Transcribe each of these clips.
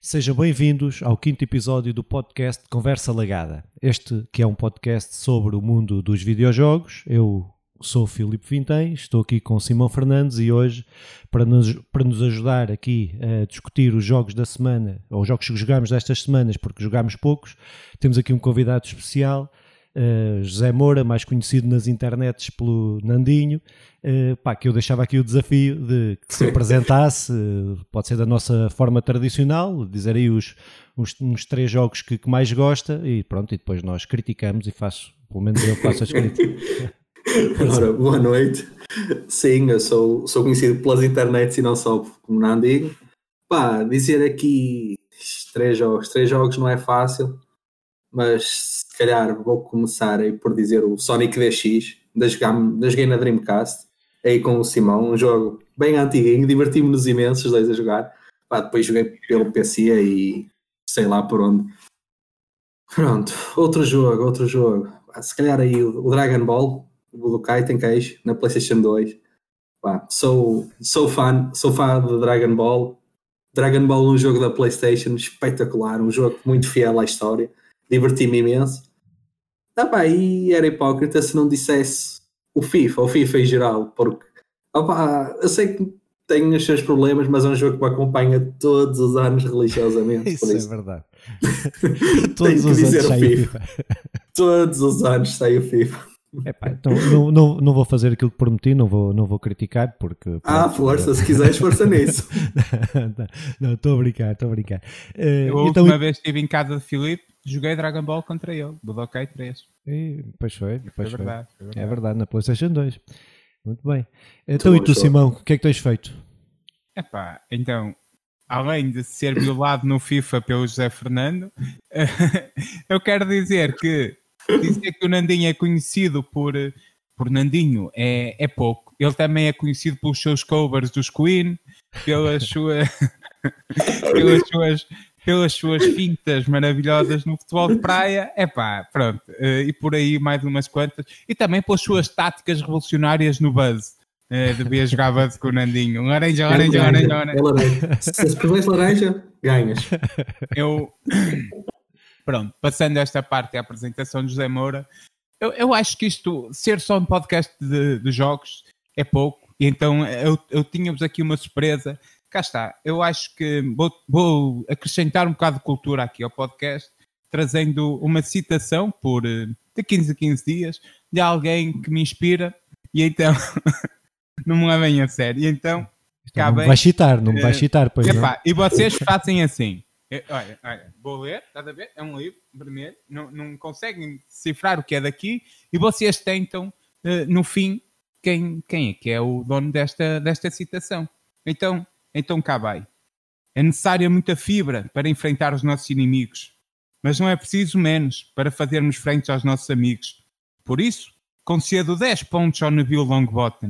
Sejam bem-vindos ao 5º episódio do podcast Conversa Lagada. Este que é um podcast sobre o mundo dos videojogos. Eu sou o Filipe Vintém, estou aqui com o Simão Fernandes e hoje, para nos ajudar aqui a discutir os jogos da semana, ou os jogos que jogámos destas semanas, porque jogámos poucos, temos aqui um convidado especial, José Moura, mais conhecido nas internets pelo Nandinho, que eu deixava aqui o desafio de que se apresentasse, pode ser da nossa forma tradicional, dizer aí uns 3 jogos que mais gosta e pronto, e depois nós criticamos e pelo menos eu faço as críticas. Ora, boa noite. Sim, eu sou conhecido pelas internets e não só como Nandinho. Dizer aqui 3 jogos não é fácil, mas se calhar vou começar aí por dizer o Sonic DX, joguei na Dreamcast, aí com o Simão, um jogo bem antiguinho, divertimos-nos imensos os dois a jogar. Depois joguei pelo PC e sei lá por onde. Pronto, outro jogo. Se calhar aí o Dragon Ball, o Budokai Tenkaichi, na PlayStation 2. Sou fã de Dragon Ball. Dragon Ball, um jogo da PlayStation espetacular, um jogo muito fiel à história. Diverti-me imenso. E era hipócrita se não dissesse o FIFA em geral, porque eu sei que tem os seus problemas, mas é um jogo que me acompanha todos os anos religiosamente. Isso é verdade. Todos os anos sai o FIFA. Todos os anos sai o FIFA. Então não vou fazer aquilo que prometi, não vou criticar porque... Força, se quiseres, força nisso. Não, estou a brincar. A última vez que estive em casa de Filipe, joguei Dragon Ball contra ele, Budokai 3. Pois foi. Verdade. É verdade, na PlayStation 2. Muito bem. Então, e tu, Simão, o que é que tens feito? Então, além de ser violado no FIFA pelo José Fernando, eu quero dizer que o Nandinho é conhecido por Nandinho é pouco. Ele também é conhecido pelos seus covers dos Queen, pelas suas fintas maravilhosas no futebol de praia, pronto, e por aí mais umas quantas, e também pelas suas táticas revolucionárias no Buzz. Devia jogar Buzz com o Nandinho. Laranja. Se escolhes laranja, ganhas. Pronto, passando esta parte da apresentação de José Moura, eu acho que isto, ser só um podcast de jogos, é pouco, e então eu tinha-vos aqui uma surpresa. Cá está, eu acho que vou acrescentar um bocado de cultura aqui ao podcast, trazendo uma citação de 15 a 15 dias de alguém que me inspira, e então não me levem a sério, e então não me vais citar, pois não. E vocês fazem assim, olha, vou ler, estás a ver? É um livro vermelho, não conseguem decifrar o que é daqui, e vocês tentam, no fim, quem é que é o dono desta citação. Então cá vai. É necessária muita fibra para enfrentar os nossos inimigos, mas não é preciso menos para fazermos frente aos nossos amigos. Por isso, concedo 10 pontos ao Neville Longbottom.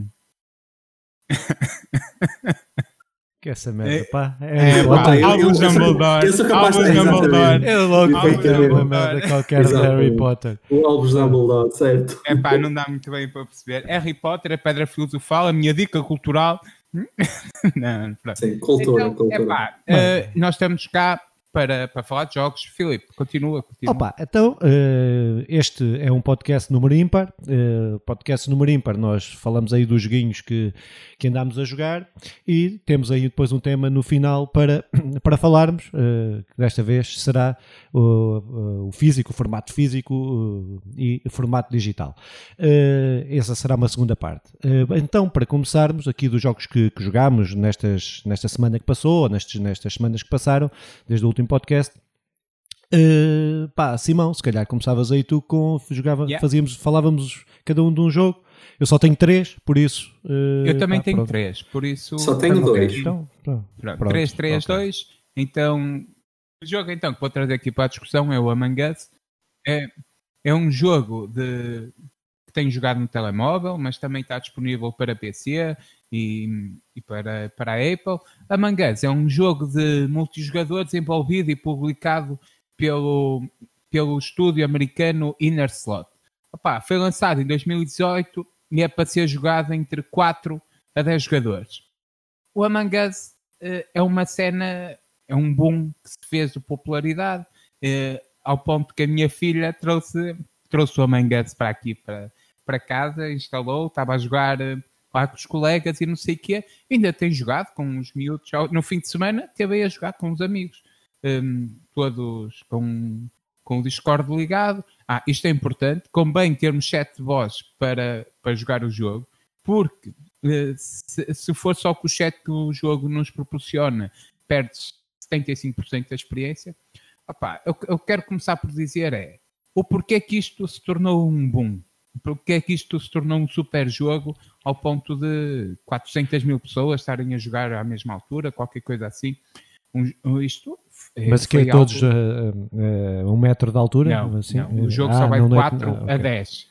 Que essa merda, Albus Dumbledore. Eu sou capaz de dizer. Eu logo fiquei uma merda qualquer de Harry Potter. O Albus Dumbledore, certo. Não dá muito bem para perceber. Harry Potter, a pedra filosofal, a minha dica cultural. Não. Sim, cultura. Nós estamos cá para falar de jogos. Filipe, continua. Então, este é um podcast número ímpar. Podcast número ímpar, nós falamos aí dos joguinhos que andámos a jogar e temos aí depois um tema no final para falarmos, que desta vez será o físico, o formato físico e o formato digital. Essa será uma segunda parte. Então, para começarmos aqui dos jogos que jogámos nesta semana que passou, ou nestas semanas que passaram, desde o último podcast. Simão, se calhar começavas aí tu falávamos cada um de um jogo. Eu só tenho 3, por isso... eu também tenho 3, por isso... Só tenho 2. Então, 3-3-2. Então, o jogo que vou trazer aqui para a discussão é o Among Us. É um jogo que tenho jogado no telemóvel, mas também está disponível para PC e para a Apple. Among Us é um jogo de multijogador desenvolvido e publicado pelo estúdio americano Inner Slot. Foi lançado em 2018 e é para ser jogado entre 4 a 10 jogadores. O Among Us é uma cena é um boom que se fez de popularidade, ao ponto que a minha filha trouxe o Among Us para aqui, para casa, instalou, estava a jogar lá com os colegas e não sei o quê, ainda tem jogado com os miúdos, no fim de semana teve aí a jogar com os amigos, todos com o Discord ligado. Isto é importante, convém termos chat de voz para jogar o jogo, porque se for só com o chat que o jogo nos proporciona, perdes 75% da experiência. Eu quero começar por dizer o porquê que isto se tornou um boom, porque que isto se tornou um super jogo ao ponto de 400 mil pessoas estarem a jogar à mesma altura, qualquer coisa assim. Mas que é todos a 1 metro de altura? Não, assim? não. O jogo só vai de 4 a 10.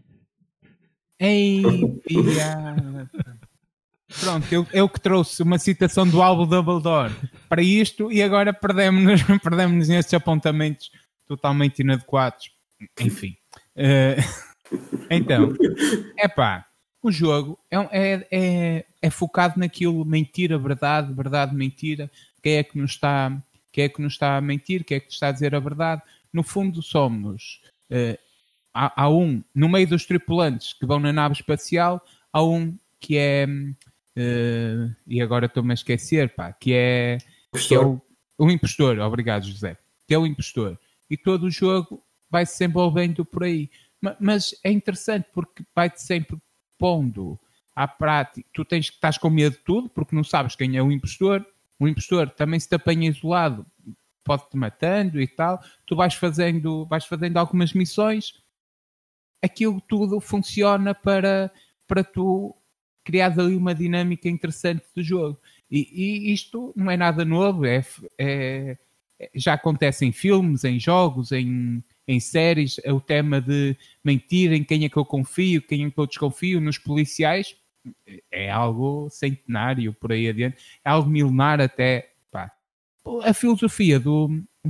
Pronto, eu que trouxe uma citação do álbum Dumbledore para isto e agora perdemos nestes apontamentos totalmente inadequados. Enfim. Então, o jogo é focado naquilo, mentira, verdade, verdade, mentira. Quem é que nos está a mentir? Quem é que está a dizer a verdade? No fundo somos... há um, no meio dos tripulantes que vão na nave espacial, há um que é... e agora estou-me a esquecer, que é o impostor. Obrigado, José. Que é o impostor. E todo o jogo vai se desenvolvendo por aí. Mas é interessante porque vai-te sempre pondo à prática. Tu estás com medo de tudo porque não sabes quem é o impostor. O impostor também, se te apanha isolado, pode-te matando e tal. Tu vais fazendo algumas missões. Aquilo tudo funciona para tu criar ali uma dinâmica interessante do jogo. E isto não é nada novo. Já acontece em filmes, em jogos, em séries. É o tema de mentir, em quem é que eu confio, quem é que eu desconfio. Nos policiais é algo centenário por aí adiante, é algo milenar até. A filosofia do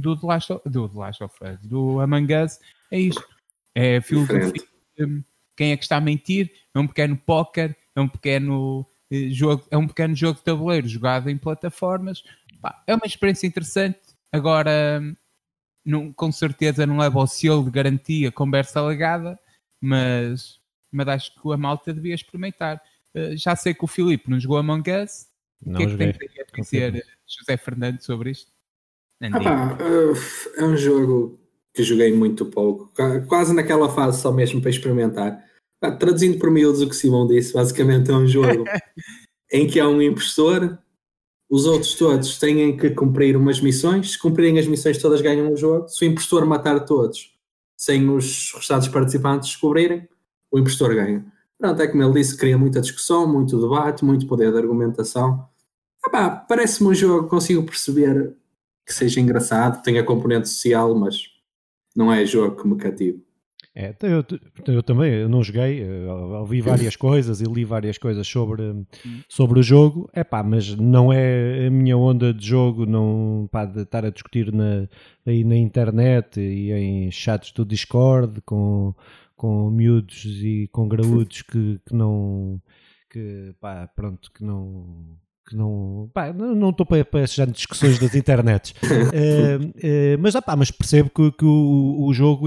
Among Us é isto, é a filosofia de quem é que está a mentir. É um pequeno póquer, é um pequeno jogo de tabuleiro jogado em plataformas. É uma experiência interessante. Agora, com certeza não leva ao selo de garantia conversa legada, mas acho que a malta devia experimentar. Já sei que o Filipe não jogou Among Us. O que é que tem a dizer José Fernandes sobre isto? É um jogo que joguei muito pouco, quase naquela fase só mesmo para experimentar. Traduzindo por miúdos o que Simão disse, basicamente é um jogo em que há um impostor, os outros todos têm que cumprir umas missões. Se cumprirem as missões todas, ganham o jogo. Se o impostor matar todos sem os restantes participantes descobrirem, o impostor ganha. Pronto, é como ele disse, cria muita discussão, muito debate, muito poder de argumentação. Parece-me um jogo, consigo perceber que seja engraçado, que tenha componente social, mas não é jogo que me cativa. Eu também não joguei, ouvi várias coisas e li várias coisas sobre o jogo, mas não é a minha onda de jogo, não, de estar a discutir aí na internet e em chats do Discord com miúdos e com graúdos que não estou para essas discussões das internets. Mas percebo que o jogo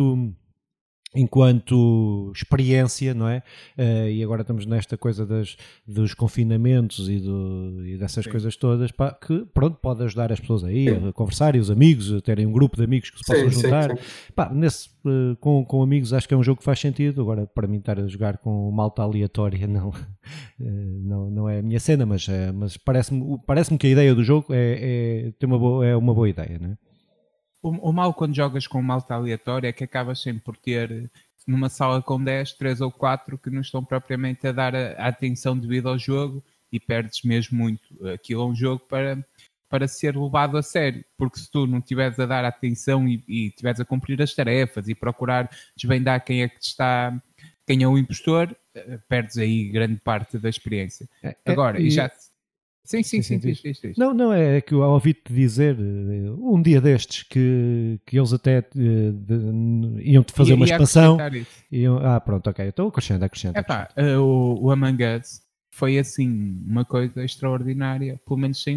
enquanto experiência, não é? E agora estamos nesta coisa dos confinamentos e dessas coisas todas, que pronto, pode ajudar as pessoas aí a conversar e os amigos, a terem um grupo de amigos que se possam juntar. Com amigos acho que é um jogo que faz sentido. Agora, para mim, estar a jogar com malta aleatória não é a minha cena, mas parece-me que a ideia do jogo é uma boa ideia, não é? O mal quando jogas com malta aleatória é que acabas sempre por ter, numa sala com 10, 3 ou 4 que não estão propriamente a dar a atenção devida ao jogo e perdes mesmo muito. Aquilo é um jogo para ser levado a sério, porque se tu não estiveres a dar atenção e estiveres a cumprir as tarefas e procurar desvendar quem é o impostor, perdes aí grande parte da experiência. Agora, Sim. Não, é que eu ouvi-te dizer um dia destes que eles até iam-te fazer uma expansão. Pronto, ok, então acrescenta. O Among Us foi assim uma coisa extraordinária, pelo menos sem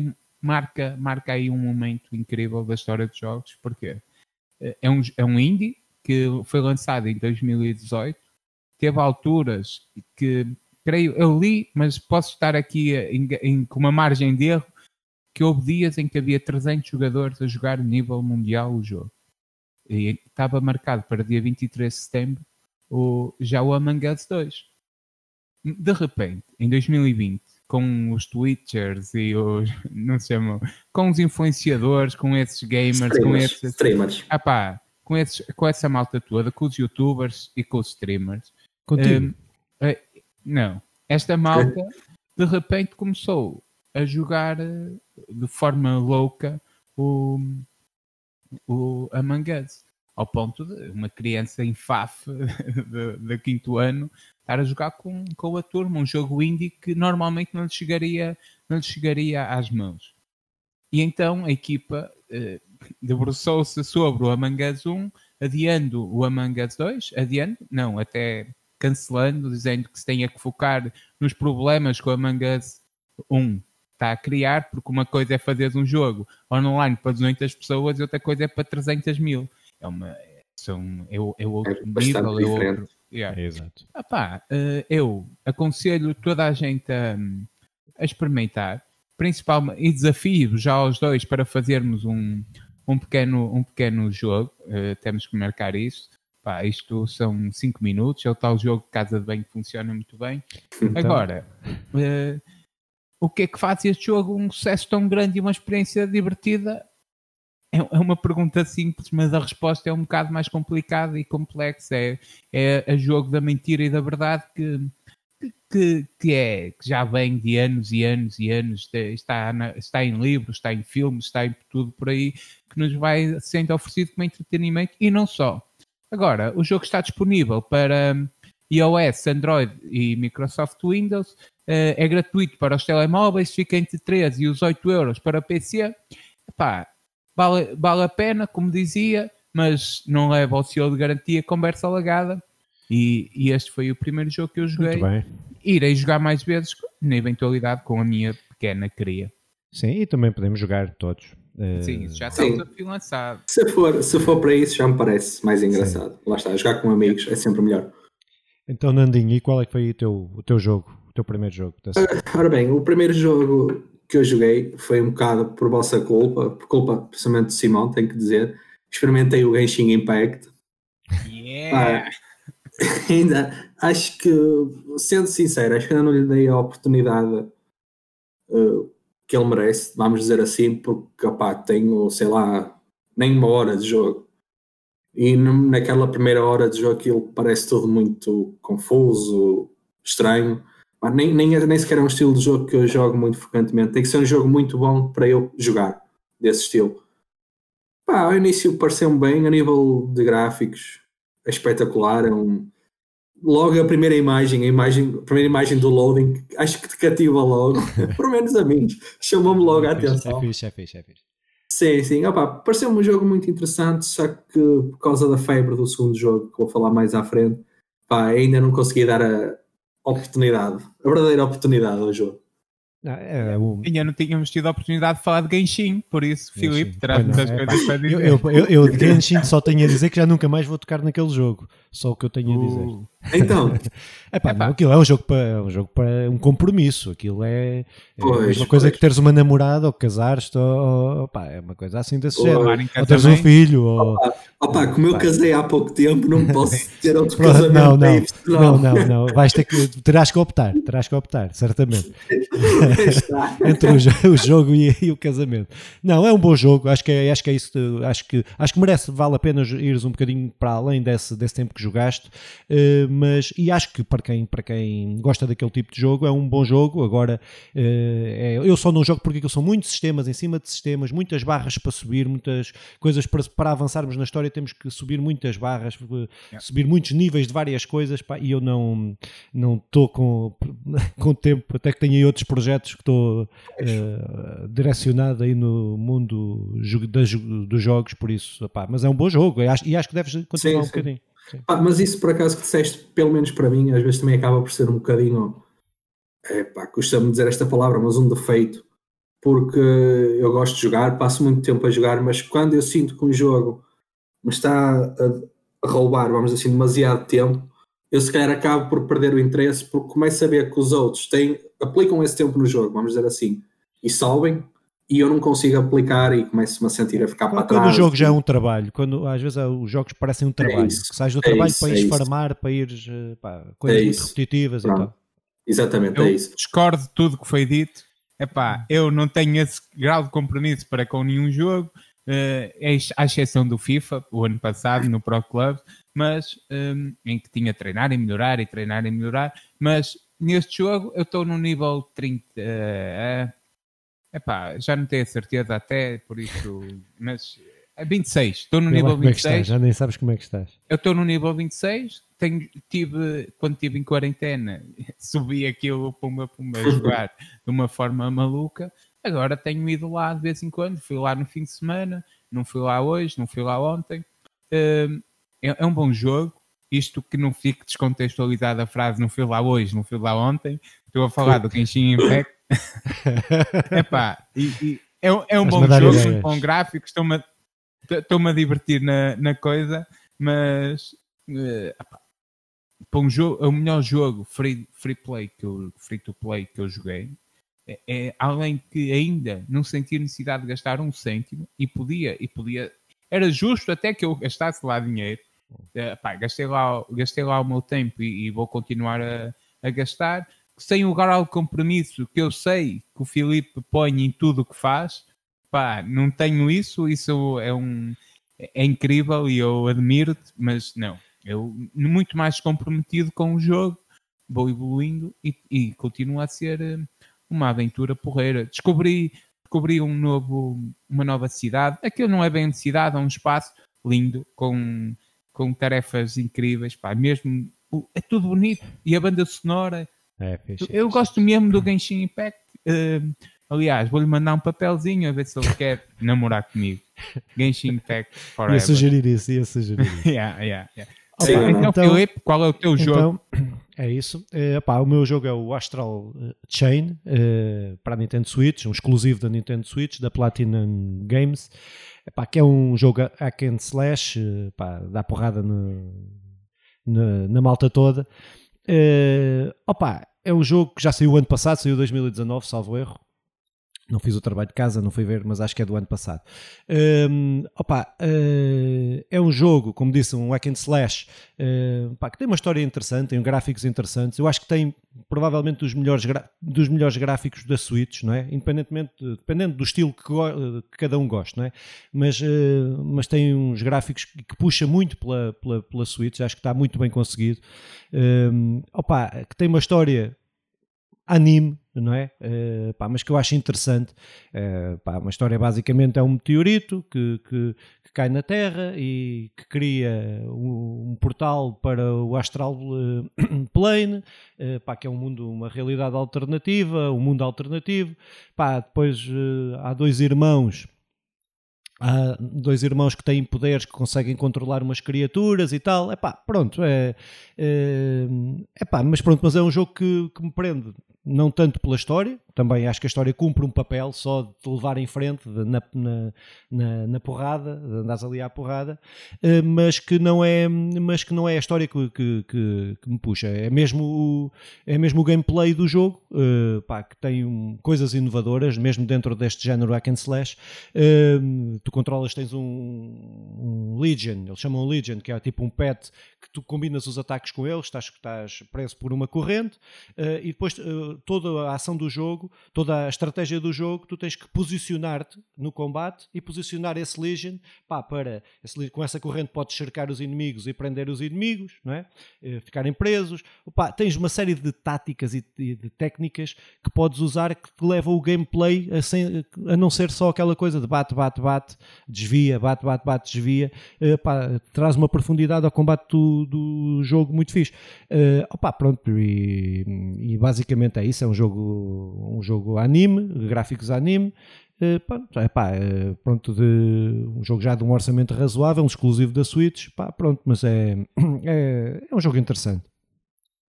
marca aí um momento incrível da história dos jogos, porque é um indie que foi lançado em 2018, teve alturas que, creio, eu li, mas posso estar aqui com uma margem de erro, que houve dias em que havia 300 jogadores a jogar nível mundial o jogo. E estava marcado para dia 23 de setembro já o Among Us 2. De repente, em 2020, com os Twitchers e os, não se chamam, com os influenciadores, com esses gamers, com esses streamers. Com essa malta toda, com os youtubers e com os streamers. Contigo? Não. Esta malta, de repente, começou a jogar de forma louca o Among Us. Ao ponto de uma criança em FAF de quinto ano estar a jogar com a turma, um jogo indie que normalmente não lhe chegaria às mãos. E então a equipa debruçou-se sobre o Among Us 1, adiando o Among Us 2, até cancelando, dizendo que se tenha que focar nos problemas que o Among Us 1 está a criar, porque uma coisa é fazer um jogo online para 200 pessoas e outra coisa é para 300 mil. É outro nível, é outro. Yeah. Exato. Eu aconselho toda a gente a experimentar, principalmente, e desafio já aos dois para fazermos um pequeno jogo. Temos que marcar isso. Isto são 5 minutos, é o tal jogo de casa de banho que funciona muito bem. Então, agora, o que é que faz este jogo um sucesso tão grande e uma experiência divertida? É uma pergunta simples, mas a resposta é um bocado mais complicada e complexa. É a jogo da mentira e da verdade que já vem de anos e anos e anos. Está em livros, está em filmes, está em tudo por aí, que nos vai sendo oferecido como entretenimento e não só. Agora, o jogo está disponível para iOS, Android e Microsoft Windows. É gratuito para os telemóveis, fica entre 13 e os 8 euros para PC. Vale a pena, como dizia, mas não leva ao selo de garantia conversa alagada. E este foi o primeiro jogo que eu joguei. Muito bem. Irei jogar mais vezes, na eventualidade, com a minha pequena cria. Sim, e também podemos jogar todos. Sim, isso já está o desafio lançado. Se for para isso, já me parece mais engraçado. Sim. Lá está, jogar com amigos é sempre melhor. Então, Nandinho, e qual é que foi o teu jogo? O teu primeiro jogo? Ora bem, o primeiro jogo que eu joguei foi um bocado por vossa culpa, por culpa principalmente de Simão, tenho que dizer. Experimentei o Genshin Impact. Yeah! Ainda acho que, sendo sincero, acho que ainda não lhe dei a oportunidade que ele merece, vamos dizer assim, porque tenho, sei lá, nem uma hora de jogo. E naquela primeira hora de jogo aquilo parece tudo muito confuso, estranho. Nem sequer é um estilo de jogo que eu jogo muito frequentemente. Tem que ser um jogo muito bom para eu jogar desse estilo. Ao início pareceu-me bem, a nível de gráficos é espetacular. Logo a primeira imagem do loading, acho que te cativa logo, pelo menos a mim, chamou-me logo a atenção. É fixe. Sim. Pareceu-me um jogo muito interessante, só que por causa da febre do segundo jogo, que vou falar mais à frente, ainda não consegui dar a verdadeira oportunidade ao jogo. Ainda não tínhamos tido a oportunidade de falar de Genshin, por isso, Filipe, traz muitas coisas para dizer. Eu de Genshin só tenho a dizer que já nunca mais vou tocar naquele jogo. Só o que eu tenho a dizer. Então, não, aquilo é um jogo para um compromisso. Aquilo é uma coisa que teres uma namorada ou casares, é uma coisa assim desse género. Ou teres um filho. Como eu casei há pouco tempo, não posso ter outro casamento. Não. Terás que optar, certamente. Entre o jogo e o casamento. Não, é um bom jogo. Acho que é isso. Acho que vale a pena ires um bocadinho para além desse tempo que jogaste, e acho que para quem gosta daquele tipo de jogo é um bom jogo. Agora, eu só não jogo porque são muitos sistemas em cima de sistemas, muitas barras para subir, muitas coisas para avançarmos na história, temos que subir muitas barras, subir muitos níveis de várias coisas, e eu não estou com tempo, até que tenho aí outros projetos que estou direcionado aí no mundo dos jogos, por isso, mas é um bom jogo, e acho que deves continuar um bocadinho. Mas isso por acaso que disseste, pelo menos para mim, às vezes também acaba por ser um bocadinho, custa-me dizer esta palavra, mas um defeito. porque eu gosto de jogar, passo muito tempo a jogar, mas quando eu sinto que um jogo me está a roubar, vamos dizer assim, demasiado tempo, eu se calhar acabo por perder o interesse, porque começo a ver que os outros aplicam esse tempo no jogo, vamos dizer assim, e sobem, e eu não consigo aplicar e começo-me a sentir a ficar para Quando o trás. jogo já é um trabalho, quando às vezes os jogos parecem um trabalho, isso, que sais do trabalho isso, para ires farmar, para ires coisas muito isso. repetitivas. Pronto. E tal. Exatamente, Eu é isso. discordo de tudo que foi dito. Epá, eu não tenho esse grau de compromisso para com nenhum jogo, à exceção do FIFA, o ano passado, no Pro Club, mas em que tinha treinar e melhorar, mas neste jogo eu estou no nível 30. Epá, já não tenho a certeza até, por isso, mas 26, estou no nível 26. Já nem sabes como é que estás. Eu estou no nível 26, quando estive em quarentena, subi aquilo pumba a jogar de uma forma maluca. Agora tenho ido lá de vez em quando, fui lá no fim de semana, não fui lá hoje, não fui lá ontem. É um bom jogo, isto que não fique descontextualizada a frase não fui lá hoje, não fui lá ontem. Estou a falar do Genshin Impact. Epá, é um bom jogo, muito bom gráfico, estou-me a divertir na coisa, mas para um jogo, é o melhor jogo free to play que eu joguei. Além que ainda não senti necessidade de gastar um cêntimo e podia, era justo até que eu gastasse lá dinheiro. Gastei lá o meu tempo e vou continuar a gastar, sem o grau de compromisso que eu sei que o Filipe põe em tudo o que faz. Não tenho isso é incrível e eu admiro-te, mas não, eu muito mais comprometido com o jogo, vou evoluindo e continua a ser uma aventura porreira. Descobri uma nova cidade. Aquilo não é bem uma cidade, é um espaço lindo com tarefas incríveis, mesmo é tudo bonito e a banda sonora. Eu gosto mesmo do Genshin Impact. Aliás, vou-lhe mandar um papelzinho a ver se ele quer namorar comigo. Genshin Impact Forever. Ia sugerir isso. Yeah. Então, Filipe, qual é o teu jogo? É isso. O meu jogo é o Astral Chain para a Nintendo Switch, um exclusivo da Nintendo Switch, da Platinum Games, que é um jogo hack and slash, dá porrada na malta toda. É um jogo que já saiu ano passado, saiu 2019, salvo erro. Não fiz o trabalho de casa, não fui ver, mas acho que é do ano passado. É um jogo, como disse, um hack and slash, que tem uma história interessante, tem gráficos interessantes. Eu acho que tem provavelmente dos melhores gráficos da Switch, não é? Dependendo do estilo que cada um gosta, não é? Mas tem uns gráficos que puxa muito pela Switch, acho que está muito bem conseguido. Que tem uma história anime, não é? Mas que eu acho interessante. Uma história basicamente é um meteorito que cai na Terra e que cria um portal para o Astral Plane, que é um mundo, uma realidade alternativa, um mundo alternativo. Depois há dois irmãos que têm poderes, que conseguem controlar umas criaturas e tal. Mas é um jogo que me prende, não tanto pela história, também acho que a história cumpre um papel só de te levar em frente na porrada, de andares ali à porrada, mas que não é a história que me puxa, é mesmo o gameplay do jogo, que tem coisas inovadoras, mesmo dentro deste género hack and slash. Tu controlas, tens um Legion, eles chamam Legion, que é tipo um pet que tu combinas os ataques com eles, estás preso por uma corrente, e depois toda a ação do jogo, toda a estratégia do jogo, tu tens que posicionar-te no combate e posicionar esse Legion, com essa corrente podes cercar os inimigos e prender os inimigos, não é? Ficarem presos. Tens uma série de táticas e de técnicas que podes usar que te levam o gameplay a não ser só aquela coisa de bate, desvia, bate, desvia. Traz uma profundidade ao combate do jogo muito fixe. E basicamente é isso, é um jogo anime, gráficos anime, um jogo já de um orçamento razoável, um exclusivo da Switch, mas é um jogo interessante.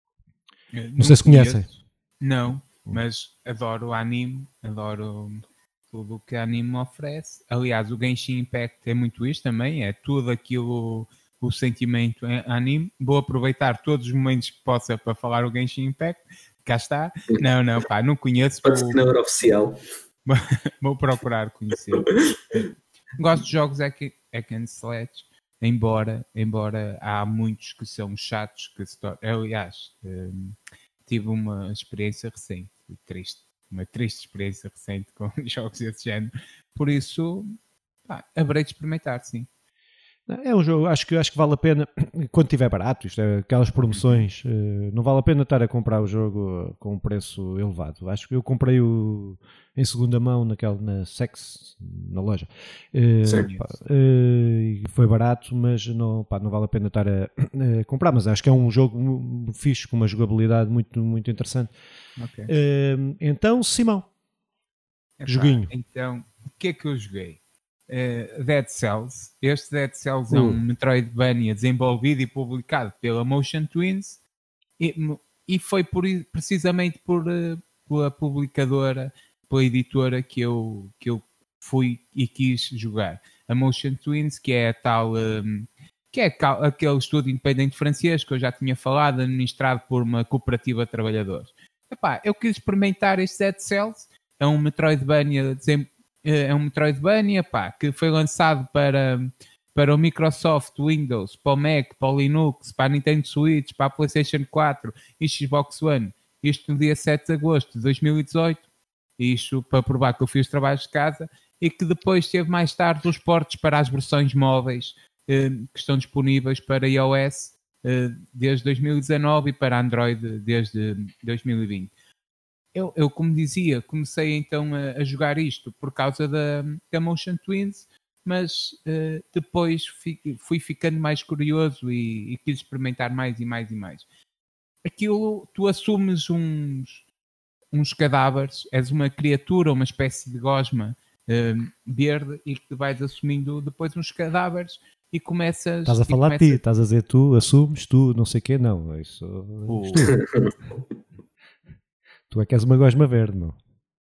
Não sei se conhecem. Não, mas adoro anime, adoro do que a Anime oferece. Aliás, o Genshin Impact é muito isto também, é tudo aquilo, o sentimento em Anime. Vou aproveitar todos os momentos que possa para falar o Genshin Impact. Cá está. Não, pá, não conheço. Patrocinador oficial. Vou procurar conhecer. Gosto de jogos hack and slash, embora há muitos que são chatos. Aliás, tive uma experiência recente, uma triste experiência recente com jogos desse género. Por isso, haverei de experimentar, sim. É um jogo, acho que vale a pena, quando estiver barato, isto é, aquelas promoções, não vale a pena estar a comprar o jogo com um preço elevado. Acho que eu comprei-o em segunda mão na Sex, na loja. E foi barato, mas não vale a pena estar a comprar. Mas acho que é um jogo fixe, com uma jogabilidade muito, muito interessante. Okay. Então, Simão, joguinho. Então, o que é que eu joguei? Dead Cells. Este Dead Cells é um Metroidvania desenvolvido e publicado pela Motion Twins e foi precisamente pela publicadora, pela editora que eu fui e quis jogar. A Motion Twins, que é a tal que é aquele estúdio independente francês que eu já tinha falado, administrado por uma cooperativa de trabalhadores. Eu quis experimentar este Dead Cells. É um Metroidvania que foi lançado para o Microsoft Windows, para o Mac, para o Linux, para a Nintendo Switch, para a PlayStation 4 e Xbox One. Isto no dia 7 de agosto de 2018. Isto para provar que eu fiz trabalhos de casa e que depois teve mais tarde os portes para as versões móveis que estão disponíveis para iOS desde 2019 e para Android desde 2020. Eu, como dizia, comecei então a jogar isto por causa da Motion Twins, mas depois fui ficando mais curioso e quis experimentar mais e mais e mais. Aquilo, tu assumes uns cadáveres, és uma criatura, uma espécie de gosma verde e que vais assumindo depois uns cadáveres e começas... Estás a falar de ti, estás a dizer tu, assumes, tu, não sei o quê, não. Isso... Tu é que és uma gosma verde, meu.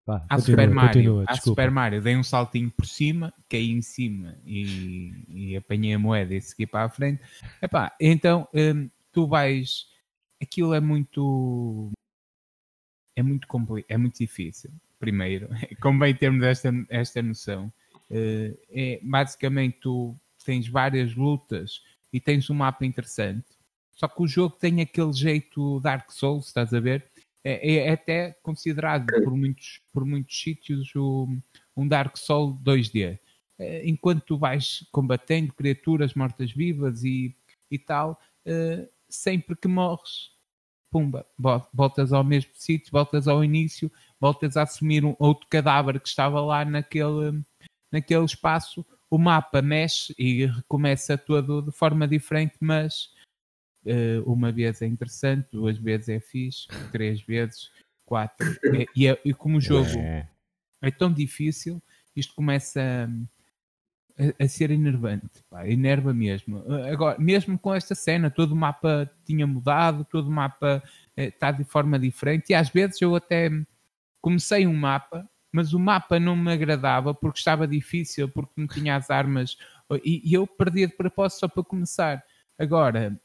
Super Mario, dei um saltinho por cima, caí em cima e apanhei a moeda e segui para a frente. Então, tu vais... Aquilo é muito complicado, é muito difícil. Primeiro, convém termos esta noção. Basicamente, tu tens várias lutas e tens um mapa interessante. Só que o jogo tem aquele jeito Dark Souls, estás a ver? É até considerado por muitos sítios um Dark Souls 2D. Enquanto tu vais combatendo criaturas mortas-vivas e tal, sempre que morres, pumba, voltas ao mesmo sítio, voltas ao início, voltas a assumir um outro cadáver que estava lá naquele espaço, o mapa mexe e recomeça todo de forma diferente, mas... uma vez é interessante, 2 vezes é fixe, 3 vezes, 4. E como o jogo é tão difícil, isto começa a ser enervante. Enerva mesmo. Agora, mesmo com esta cena, todo o mapa tinha mudado, todo o mapa está de forma diferente. E às vezes eu até comecei um mapa, mas o mapa não me agradava porque estava difícil, porque não tinha as armas. E eu perdia de propósito só para começar. Agora...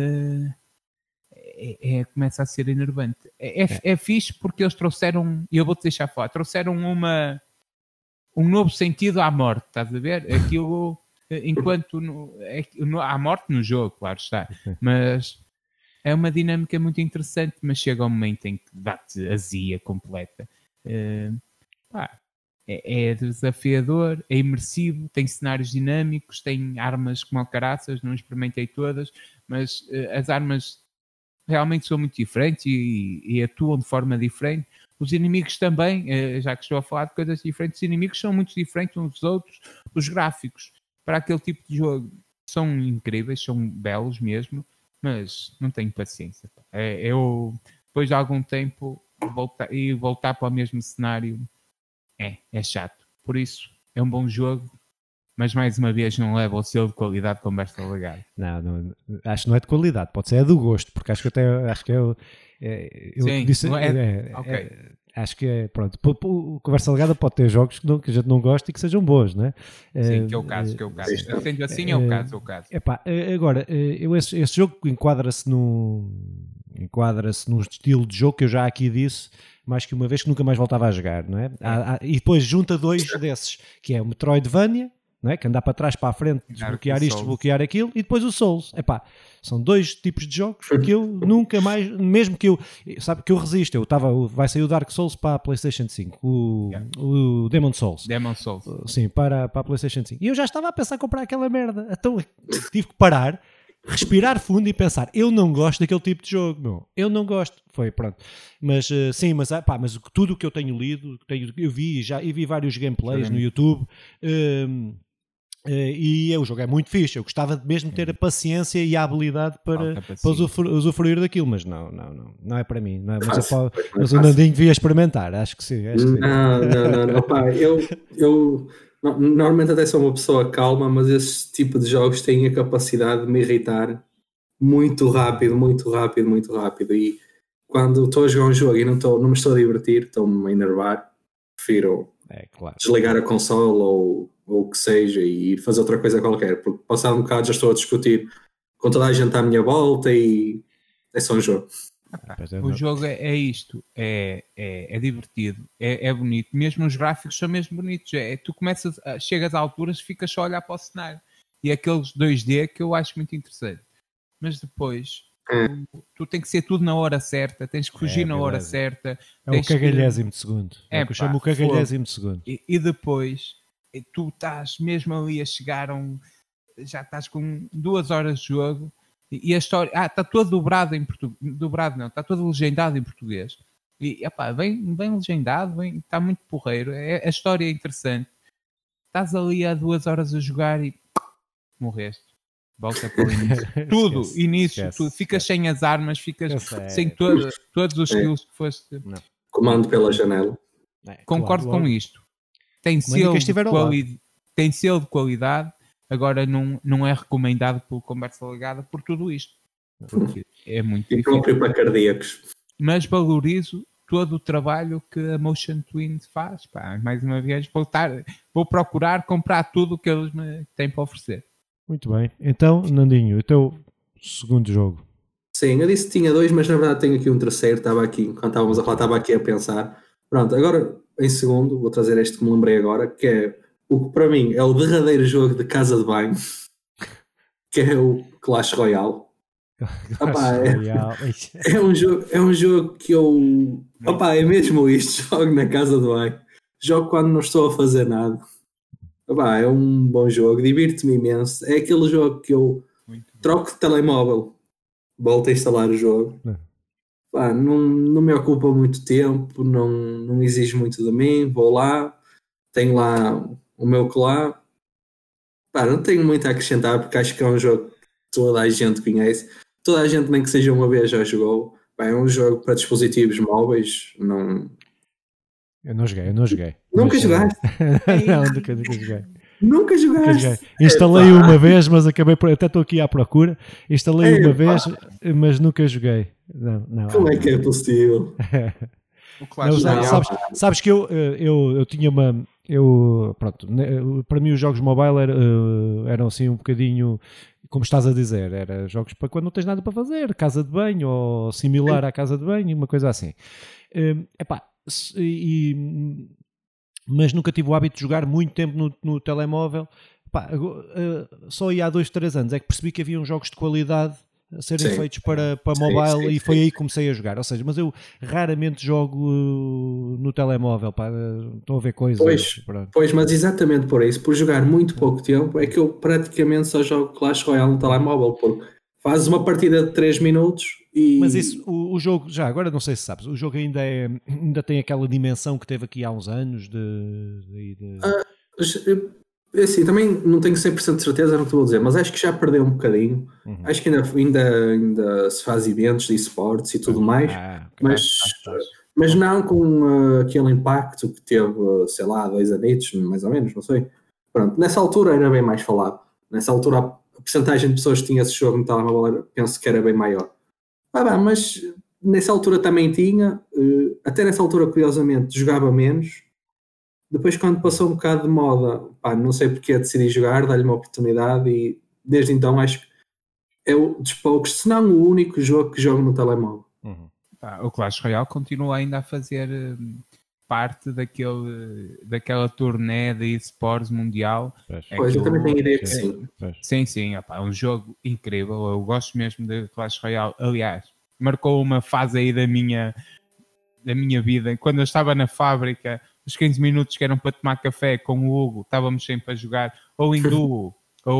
começa a ser enervante. É fixe porque eles trouxeram, e eu vou-te deixar falar, trouxeram um novo sentido à morte, estás a ver? Aquilo, enquanto há morte no jogo, claro está, mas é uma dinâmica muito interessante, mas chega um momento em que dá-te azia completa. É desafiador, é imersivo, tem cenários dinâmicos, tem armas como caraças, não experimentei todas, mas as armas realmente são muito diferentes e atuam de forma diferente. Os inimigos também, já que estou a falar de coisas diferentes, os inimigos são muito diferentes uns dos outros. Os gráficos para aquele tipo de jogo são incríveis, são belos mesmo, mas não tenho paciência. Eu, depois de algum tempo, voltar para o mesmo cenário é chato. Por isso, é um bom jogo, mas mais uma vez não leva o selo de qualidade com Conversa Legada. Não, acho que não é de qualidade, pode ser do gosto, porque acho que eu disse, sim, acho que é, pronto, Conversa Legada pode ter jogos que a gente não gosta e que sejam bons, não é? Sim, que é o caso. Sendo assim, é o caso. Epá, agora, esse jogo enquadra-se num estilo de jogo que eu já aqui disse mais que uma vez, que nunca mais voltava a jogar, não é? E depois junta dois desses, que é o Metroidvania, não é? Que andar para trás, para a frente, desbloquear isto, desbloquear aquilo, e depois o Souls. Epá, são dois tipos de jogos que eu nunca mais, mesmo que eu, sabe, que eu resisto. Vai sair o Dark Souls para a PlayStation 5, o Demon Souls. Sim, para a PlayStation 5. E eu já estava a pensar em comprar aquela merda. Então tive que parar, respirar fundo e pensar, eu não gosto daquele tipo de jogo, meu. Eu não gosto. Foi, pronto. Mas sim, mas tudo o que eu tenho lido, eu vi vários gameplays no YouTube, e o jogo é muito fixe. Eu gostava mesmo de ter a paciência e a habilidade para usufruir daquilo, mas não é para mim. Não é, mas o Nandinho devia experimentar, acho que sim. Não, pá, eu normalmente até sou uma pessoa calma, mas esse tipo de jogos têm a capacidade de me irritar muito rápido, e quando estou a jogar um jogo e não me estou a divertir, estou-me a enervar, prefiro desligar a consola ou o que seja e fazer outra coisa qualquer, porque passado um bocado já estou a discutir com toda a gente à minha volta e é só um jogo. O jogo é isto, é divertido, é bonito, mesmo os gráficos são mesmo bonitos, tu chegas a alturas, ficas só a olhar para o cenário, e aqueles 2D que eu acho muito interessante, mas depois tu tens que ser tudo na hora certa, tens que fugir na hora certa. É o cagalhésimo de segundo, é o que eu chamo o cagalhésimo de segundo. E depois tu estás mesmo ali a chegar já estás com 2 horas de jogo e a história está todo dobrado em português, está todo legendado em português e bem legendado, está muito porreiro, a história é interessante, estás ali há 2 horas a jogar e morreste, volta para o início. Tudo, início, tudo. Ficas sem as armas, ficas sem todos os skills que foste. Não. Comando pela janela. Concordo com isto. Tem selo de qualidade, agora não é recomendado por Conversa Legada por tudo isto. Porque é muito difícil. Próprio para cardíacos. Mas valorizo todo o trabalho que a Motion Twin faz. Mais uma vez, vou procurar comprar tudo o que eles me têm para oferecer. Muito bem. Então, Nandinho, o teu segundo jogo. Sim, eu disse que tinha 2, mas na verdade tenho aqui um terceiro. Enquanto estávamos a falar, estava aqui a pensar. Pronto, agora em segundo, vou trazer este que me lembrei agora, que é o que para mim é o derradeiro jogo de casa de banho, que é o Clash Royale. É um jogo que eu... é mesmo isto, jogo na casa de banho. Jogo quando não estou a fazer nada. É um bom jogo, divirto-me imenso. É aquele jogo que eu troco de telemóvel, volto a instalar o jogo. Não me ocupa muito tempo, não exige muito de mim, vou lá, tenho lá o meu clã. Não tenho muito a acrescentar, porque acho que é um jogo que toda a gente conhece, toda a gente nem que seja uma vez já jogou. É um jogo para dispositivos móveis. Eu não joguei. Nunca jogaste? Não, nunca joguei. Nunca jogaste? Instalei uma vez, mas até estou aqui à procura. Instalei uma vez, mas nunca joguei. Não. Como é que é possível? Sabes que eu tinha uma... para mim os jogos mobile eram assim um bocadinho, como estás a dizer, era jogos para quando não tens nada para fazer, casa de banho ou similar à casa de banho, uma coisa assim. Mas nunca tive o hábito de jogar muito tempo no telemóvel. Só aí há 2-3 anos é que percebi que havia uns jogos de qualidade a serem feitos para mobile e foi aí que comecei a jogar. Ou seja, mas eu raramente jogo no telemóvel. Estou a ver coisas. Pois, mas exatamente por isso, por jogar muito pouco tempo, é que eu praticamente só jogo Clash Royale no telemóvel, porque fazes uma partida de 3 minutos e... Mas isso, o jogo, já agora não sei se sabes, o jogo ainda tem aquela dimensão que teve aqui há uns anos assim, também não tenho 100% de certeza no que estou a dizer, mas acho que já perdeu um bocadinho. Acho que ainda se faz eventos de esportes e tudo mais, mas não com aquele impacto que teve, sei lá, 2 anitos, mais ou menos, não sei. Pronto, nessa altura era bem mais falado. Nessa altura a percentagem de pessoas que tinha esse jogo no telemóvel penso que era bem maior. Mas nessa altura também tinha, até nessa altura, curiosamente, jogava menos. Depois, quando passou um bocado de moda, pá, não sei porque decidi jogar, dar-lhe uma oportunidade e desde então acho que é um dos poucos, se não o único jogo que jogo no telemóvel. O Clash Royale continua ainda a fazer parte daquela turnê de eSports mundial. Pois, eu também tenho ideia que sim. Sim, é um jogo incrível. Eu gosto mesmo de Clash Royale. Aliás, marcou uma fase aí da minha vida. Quando eu estava na fábrica, os 15 minutos que eram para tomar café com o Hugo, estávamos sempre a jogar ou em duo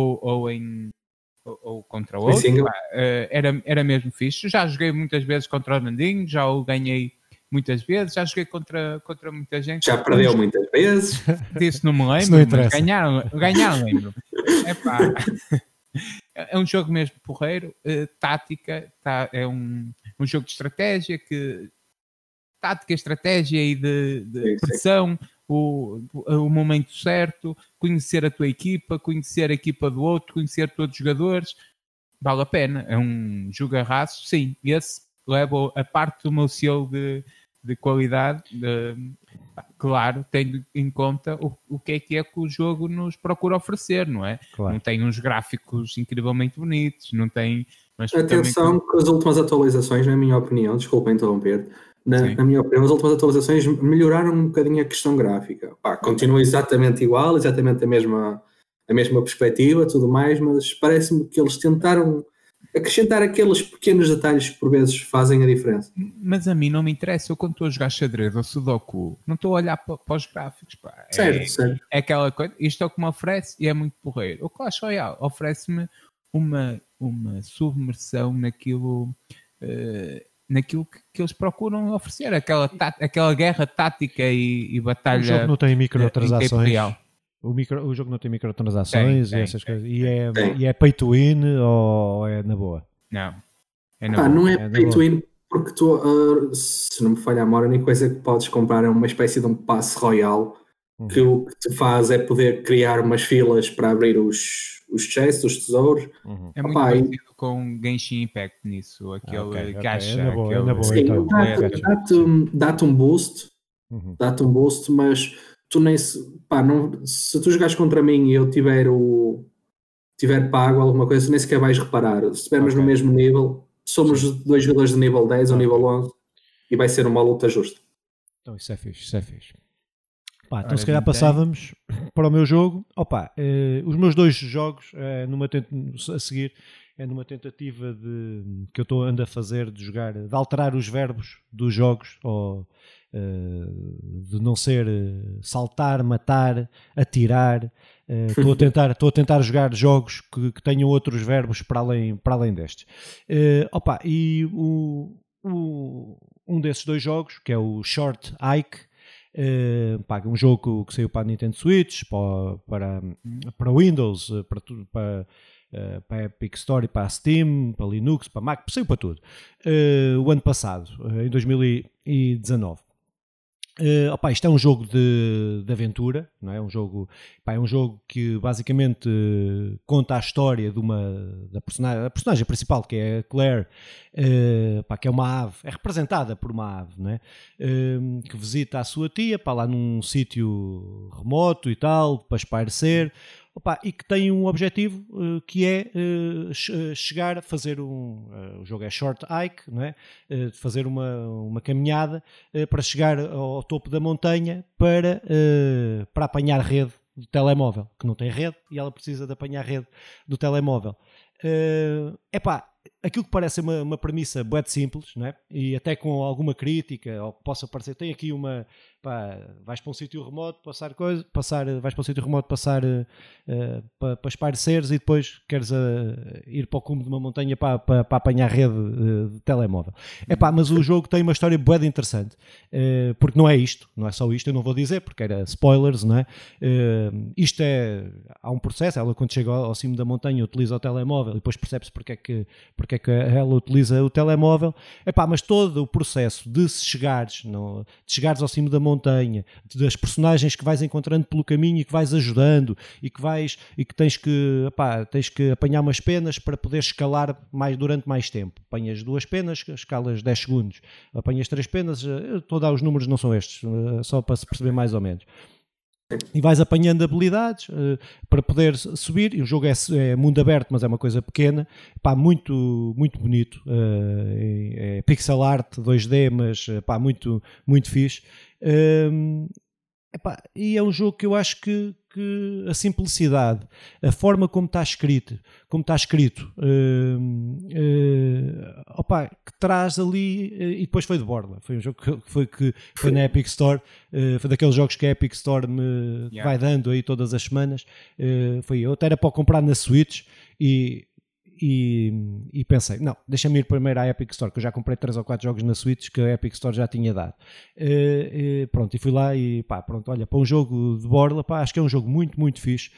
ou contra outro. Era mesmo fixe. Já joguei muitas vezes contra o Nandinho, já o ganhei muitas vezes, já joguei contra muita gente. Já perdeu muitas vezes. Disso não me lembro, mas ganharam lembro. É um jogo mesmo porreiro, tática, é um jogo de estratégia tática, estratégia e de pressão, o momento certo, conhecer a tua equipa, conhecer a equipa do outro, conhecer todos os jogadores, vale a pena. É um jogarraço, sim. Esse leva a parte do meu selo de qualidade, claro, tendo em conta o que é que o jogo nos procura oferecer, não é? Claro. Não tem uns gráficos incrivelmente bonitos, não tem... Mas atenção que as últimas atualizações, na minha opinião, desculpa interromper, na minha opinião, as últimas atualizações melhoraram um bocadinho a questão gráfica. Continua exatamente igual, exatamente a mesma perspectiva, tudo mais, mas parece-me que eles tentaram acrescentar aqueles pequenos detalhes que por vezes fazem a diferença. Mas a mim não me interessa. Eu quando estou a jogar xadrez ou sudoku, não estou a olhar para os gráficos. Pá. Certo. É aquela coisa, isto é o que me oferece e é muito porreiro. O Clash Royale oferece-me uma submersão naquilo que eles procuram oferecer, aquela guerra tática e batalha. O jogo não tem microtransações. O jogo não tem microtransações e essas coisas. E é pay to win ou é na boa? Não. Não é pay to win porque tu, se não me falha a memória, a única coisa que podes comprar é uma espécie de um passe royal que o que te faz é poder criar umas filas para abrir os chests, os tesouros. É muito parecido com Genshin Impact nisso, aquele gacha. É na boa, sim, então. Dá-te um boost, mas tu nem se tu jogares contra mim e eu tiver pago alguma coisa, nem sequer vais reparar. Se estivermos no mesmo nível, somos dois jogadores de nível 10 ou nível 11 e vai ser uma luta justa. Então isso é fixe. Então se calhar passávamos para o meu jogo. Os meus dois jogos a seguir é numa tentativa que eu ando a fazer de jogar, de alterar os verbos dos jogos, ou de não ser saltar, matar, atirar. Estou a tentar jogar jogos que tenham outros verbos para além destes. Um desses dois jogos, que é o Short Hike, um jogo que saiu para a Nintendo Switch, para Windows, para a Epic Store, para a Steam, para Linux, para Mac, saiu para tudo. O ano passado, em 2019. Isto é um jogo de aventura, não é? É um jogo que basicamente conta a história da personagem principal, que é a Claire, que é uma ave, é representada por uma ave, não é? Que visita a sua tia, lá num sítio remoto e tal, para espairecer, e que tem um objetivo que é chegar a fazer o jogo é Short Hike, não é? Fazer uma caminhada para chegar ao topo da montanha para apanhar rede do telemóvel, que não tem rede e ela precisa de apanhar rede do telemóvel. Aquilo que parece uma premissa bué de simples, não é? E até com alguma crítica, ou que possa parecer, tem aqui vais para um sítio remoto, vais para um sítio remoto passar para espareceres e depois queres ir para o cume de uma montanha para apanhar rede de telemóvel. Mas o jogo tem uma história bué de interessante, porque não é só isto, eu não vou dizer, porque era spoilers, não é? Há um processo, ela quando chega ao cimo da montanha utiliza o telemóvel e depois percebe-se porque é que porque é que ela utiliza o telemóvel. Mas todo o processo de chegares ao cimo da montanha, das personagens que vais encontrando pelo caminho e que vais ajudando e que tens que apanhar umas penas para poder escalar durante mais tempo. Apanhas 2 penas, escalas 10 segundos. Apanhas 3 penas, estou a dar os números, não são estes, só para se perceber mais ou menos. E vais apanhando habilidades para poder subir. E o jogo é mundo aberto, mas é uma coisa pequena. Muito, muito bonito. É pixel art 2D, mas muito, muito fixe. E é um jogo que eu acho que a simplicidade, a forma como está escrito, que traz ali, e depois foi de borla. Foi um jogo que foi na Epic Store, foi daqueles jogos que a Epic Store me vai dando aí todas as semanas. Eu até era para comprar na Switch e pensei, não, deixa-me ir primeiro à Epic Store, que eu já comprei 3 ou 4 jogos na Switch que a Epic Store já tinha dado. E fui lá e olha, para um jogo de borla, acho que é um jogo muito, muito fixe.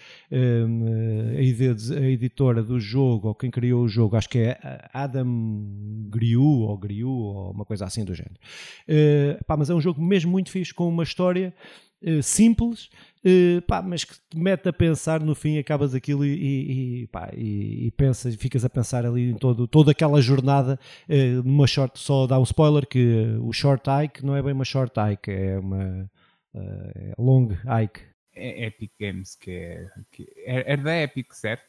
A editora do jogo, ou quem criou o jogo, acho que é Adam Griu, ou uma coisa assim do género. Mas é um jogo mesmo muito fixe, com uma história simples, mas que te mete a pensar. No fim acabas aquilo e pensas, ficas a pensar ali em toda aquela jornada. Numa short, só dá um spoiler que o short hike não é bem uma short hike, é uma long hike. É Epic Games, que é da Epic, certo?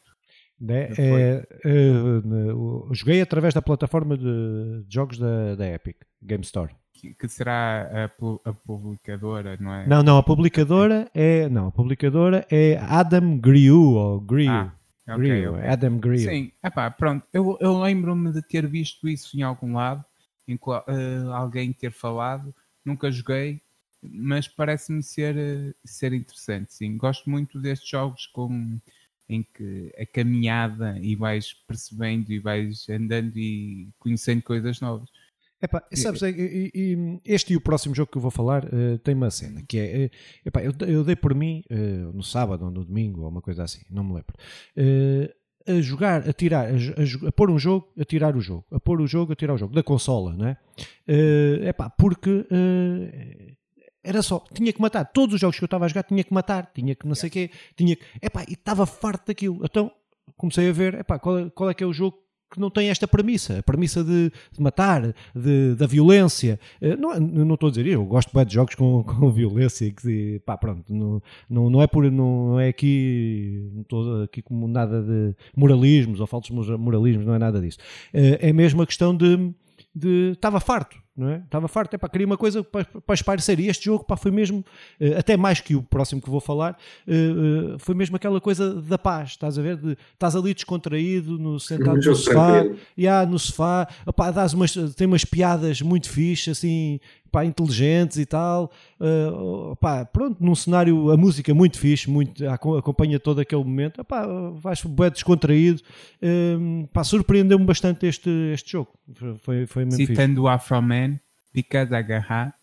Joguei através da plataforma de jogos da Epic Game Store. Que será a publicadora, não é? Não, a publicadora é Adam Griu, ou Griu. Okay. Adam Griu. Sim, pronto. Eu lembro-me de ter visto isso em algum lado, alguém ter falado. Nunca joguei, mas parece-me ser interessante, sim. Gosto muito destes jogos em que a caminhada e vais percebendo e vais andando e conhecendo coisas novas. Sabes, este e o próximo jogo que eu vou falar tem uma cena que é, eu dei por mim no sábado ou no domingo ou uma coisa assim, não me lembro, a jogar, a pôr um jogo, a tirar o jogo, a pôr o jogo, a tirar o jogo da consola, não é? Porque era só, tinha que matar todos os jogos que eu estava a jogar, tinha que matar, tinha que não sei o quê, e estava farto daquilo. Então comecei a ver qual é que é o jogo que não tem esta premissa, a premissa de matar, da violência. Não estou a dizer, eu gosto bem de jogos com violência, não é aqui, não estou aqui como nada de moralismos ou falsos moralismos, não é nada disso. É mesmo a questão de estava farto, não é? Estava farto, queria uma coisa para espairecer. E este jogo foi mesmo, até mais que o próximo que vou falar, foi mesmo aquela coisa da paz, estás a ver? Estás ali descontraído, sentado no sofá, no sofá, tem umas piadas muito fixe, assim, inteligentes e tal, pronto, num cenário, a música muito fixe, acompanha todo aquele momento, vais bem descontraído, surpreendeu-me bastante este jogo, foi mesmo fixe. Citando o Afro-Man, because I got high,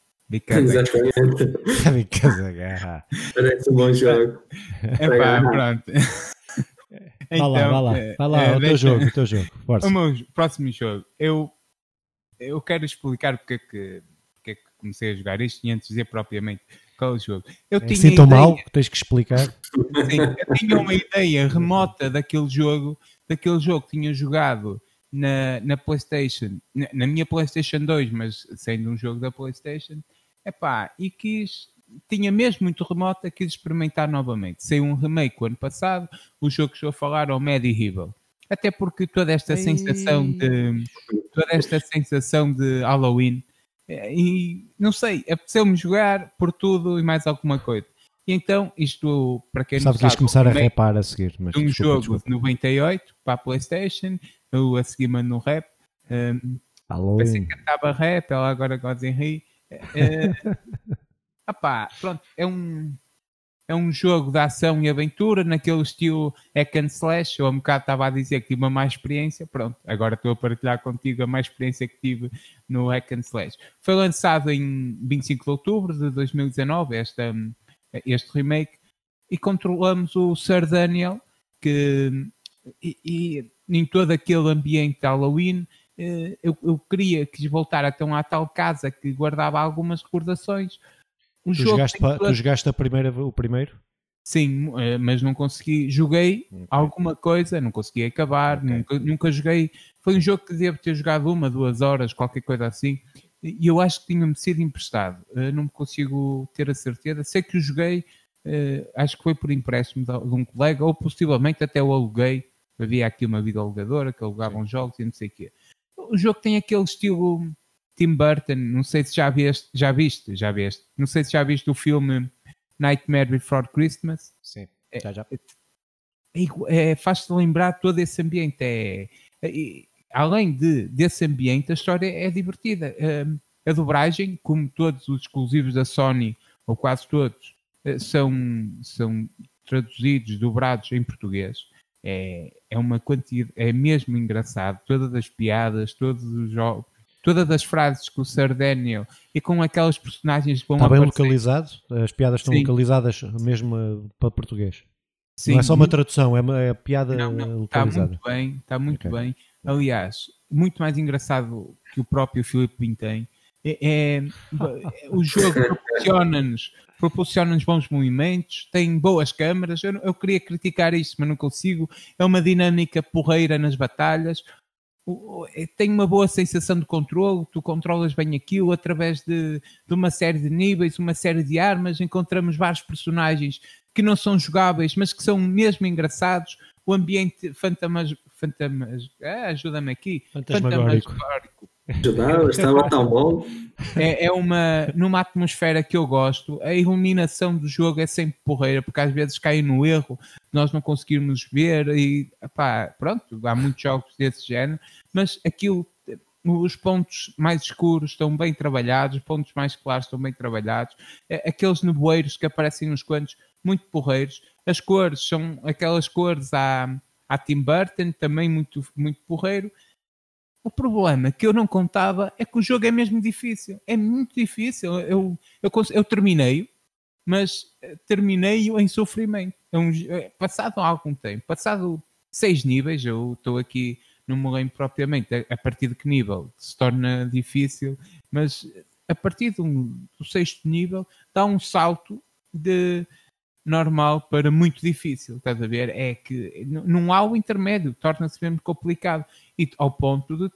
because I got high. Parece um bom jogo. Pronto. Então, vai lá, o teu jogo. Força. O meu próximo jogo, eu quero explicar porque é que comecei a jogar isto e antes de dizer propriamente qual é o jogo. Assim tão mal que tens que explicar. Sim, eu tinha uma ideia remota daquele jogo que tinha jogado na PlayStation, na minha PlayStation 2, mas sendo um jogo da PlayStation, e tinha mesmo muito remota, quis experimentar novamente. Saiu um remake o ano passado, o jogo que estou a falar é o Medieval. Até porque toda esta sensação de Halloween, e não sei, apeteceu-me jogar por tudo e mais alguma coisa. E então, isto, para quem não sabe, que começar a rapar a seguir. Mas jogo de 98 para a PlayStation, eu a seguir mando no rap. Pensei que cantava rap, ela agora gosta de rir. Pronto, é um jogo de ação e aventura naquele estilo hack and slash. Eu há um bocado estava a dizer que tive uma má experiência. Pronto, agora estou a partilhar contigo a má experiência que tive no hack and slash. Foi lançado em 25 de outubro de 2019 este remake, e controlamos o Sir Daniel, que em todo aquele ambiente de Halloween. Eu quis voltar então à tal casa que guardava algumas recordações. Tu jogaste o primeiro? Sim, mas não consegui. Joguei alguma coisa, não consegui acabar, nunca joguei. Foi um jogo que devo ter jogado 1-2 horas, qualquer coisa assim. E eu acho que tinha-me sido emprestado. Não me consigo ter a certeza. Sei que o joguei, acho que foi por empréstimo de um colega, ou possivelmente até o aluguei. Havia aqui uma videoalugadora que alugavam jogos e não sei o quê. O jogo tem aquele estilo Tim Burton, não sei se já viste. Não sei se já viste o filme Nightmare Before Christmas. Sim, já. Faz-te lembrar todo esse ambiente. Além desse ambiente, a história é divertida. A dobragem, como todos os exclusivos da Sony, ou quase todos, são traduzidos, dobrados em português. É uma quantidade, é mesmo engraçado. Todas as piadas, todos os jogos, todas as frases que o Sir Daniel e com aquelas personagens vão Está bem aparecer. localizado? As piadas estão localizadas mesmo para português? Sim, não é só uma tradução, é a piada localizada. Está muito bem. Aliás, muito mais engraçado que o próprio Filipe Vintém. O jogo proporciona-nos bons movimentos, tem boas câmaras. Eu queria criticar isto, mas não consigo. É uma dinâmica porreira nas batalhas. Tem uma boa sensação de controle. Tu controlas bem aquilo através de uma série de níveis, uma série de armas. Encontramos vários personagens que não são jogáveis, mas que são mesmo engraçados. O ambiente ajuda-me aqui. Fantasmagórico. Estava tão bom. Numa atmosfera que eu gosto. A iluminação do jogo é sempre porreira, porque às vezes cai no erro, nós não conseguimos ver e pronto, há muitos jogos desse género, mas aquilo, os pontos mais escuros estão bem trabalhados, os pontos mais claros estão bem trabalhados, aqueles nevoeiros que aparecem nos cantos, muito porreiros. As cores são aquelas cores à Tim Burton, também muito, muito porreiro. O problema que eu não contava é que o jogo é mesmo difícil. É muito difícil. Eu terminei, mas terminei-o em sofrimento. Passado algum tempo, passado 6 níveis, eu estou aqui, não me lembro propriamente a partir de que nível se torna difícil, mas a partir do 6º nível dá um salto de normal para muito difícil, estás a ver? É que não há o intermédio, torna-se mesmo complicado e ao ponto de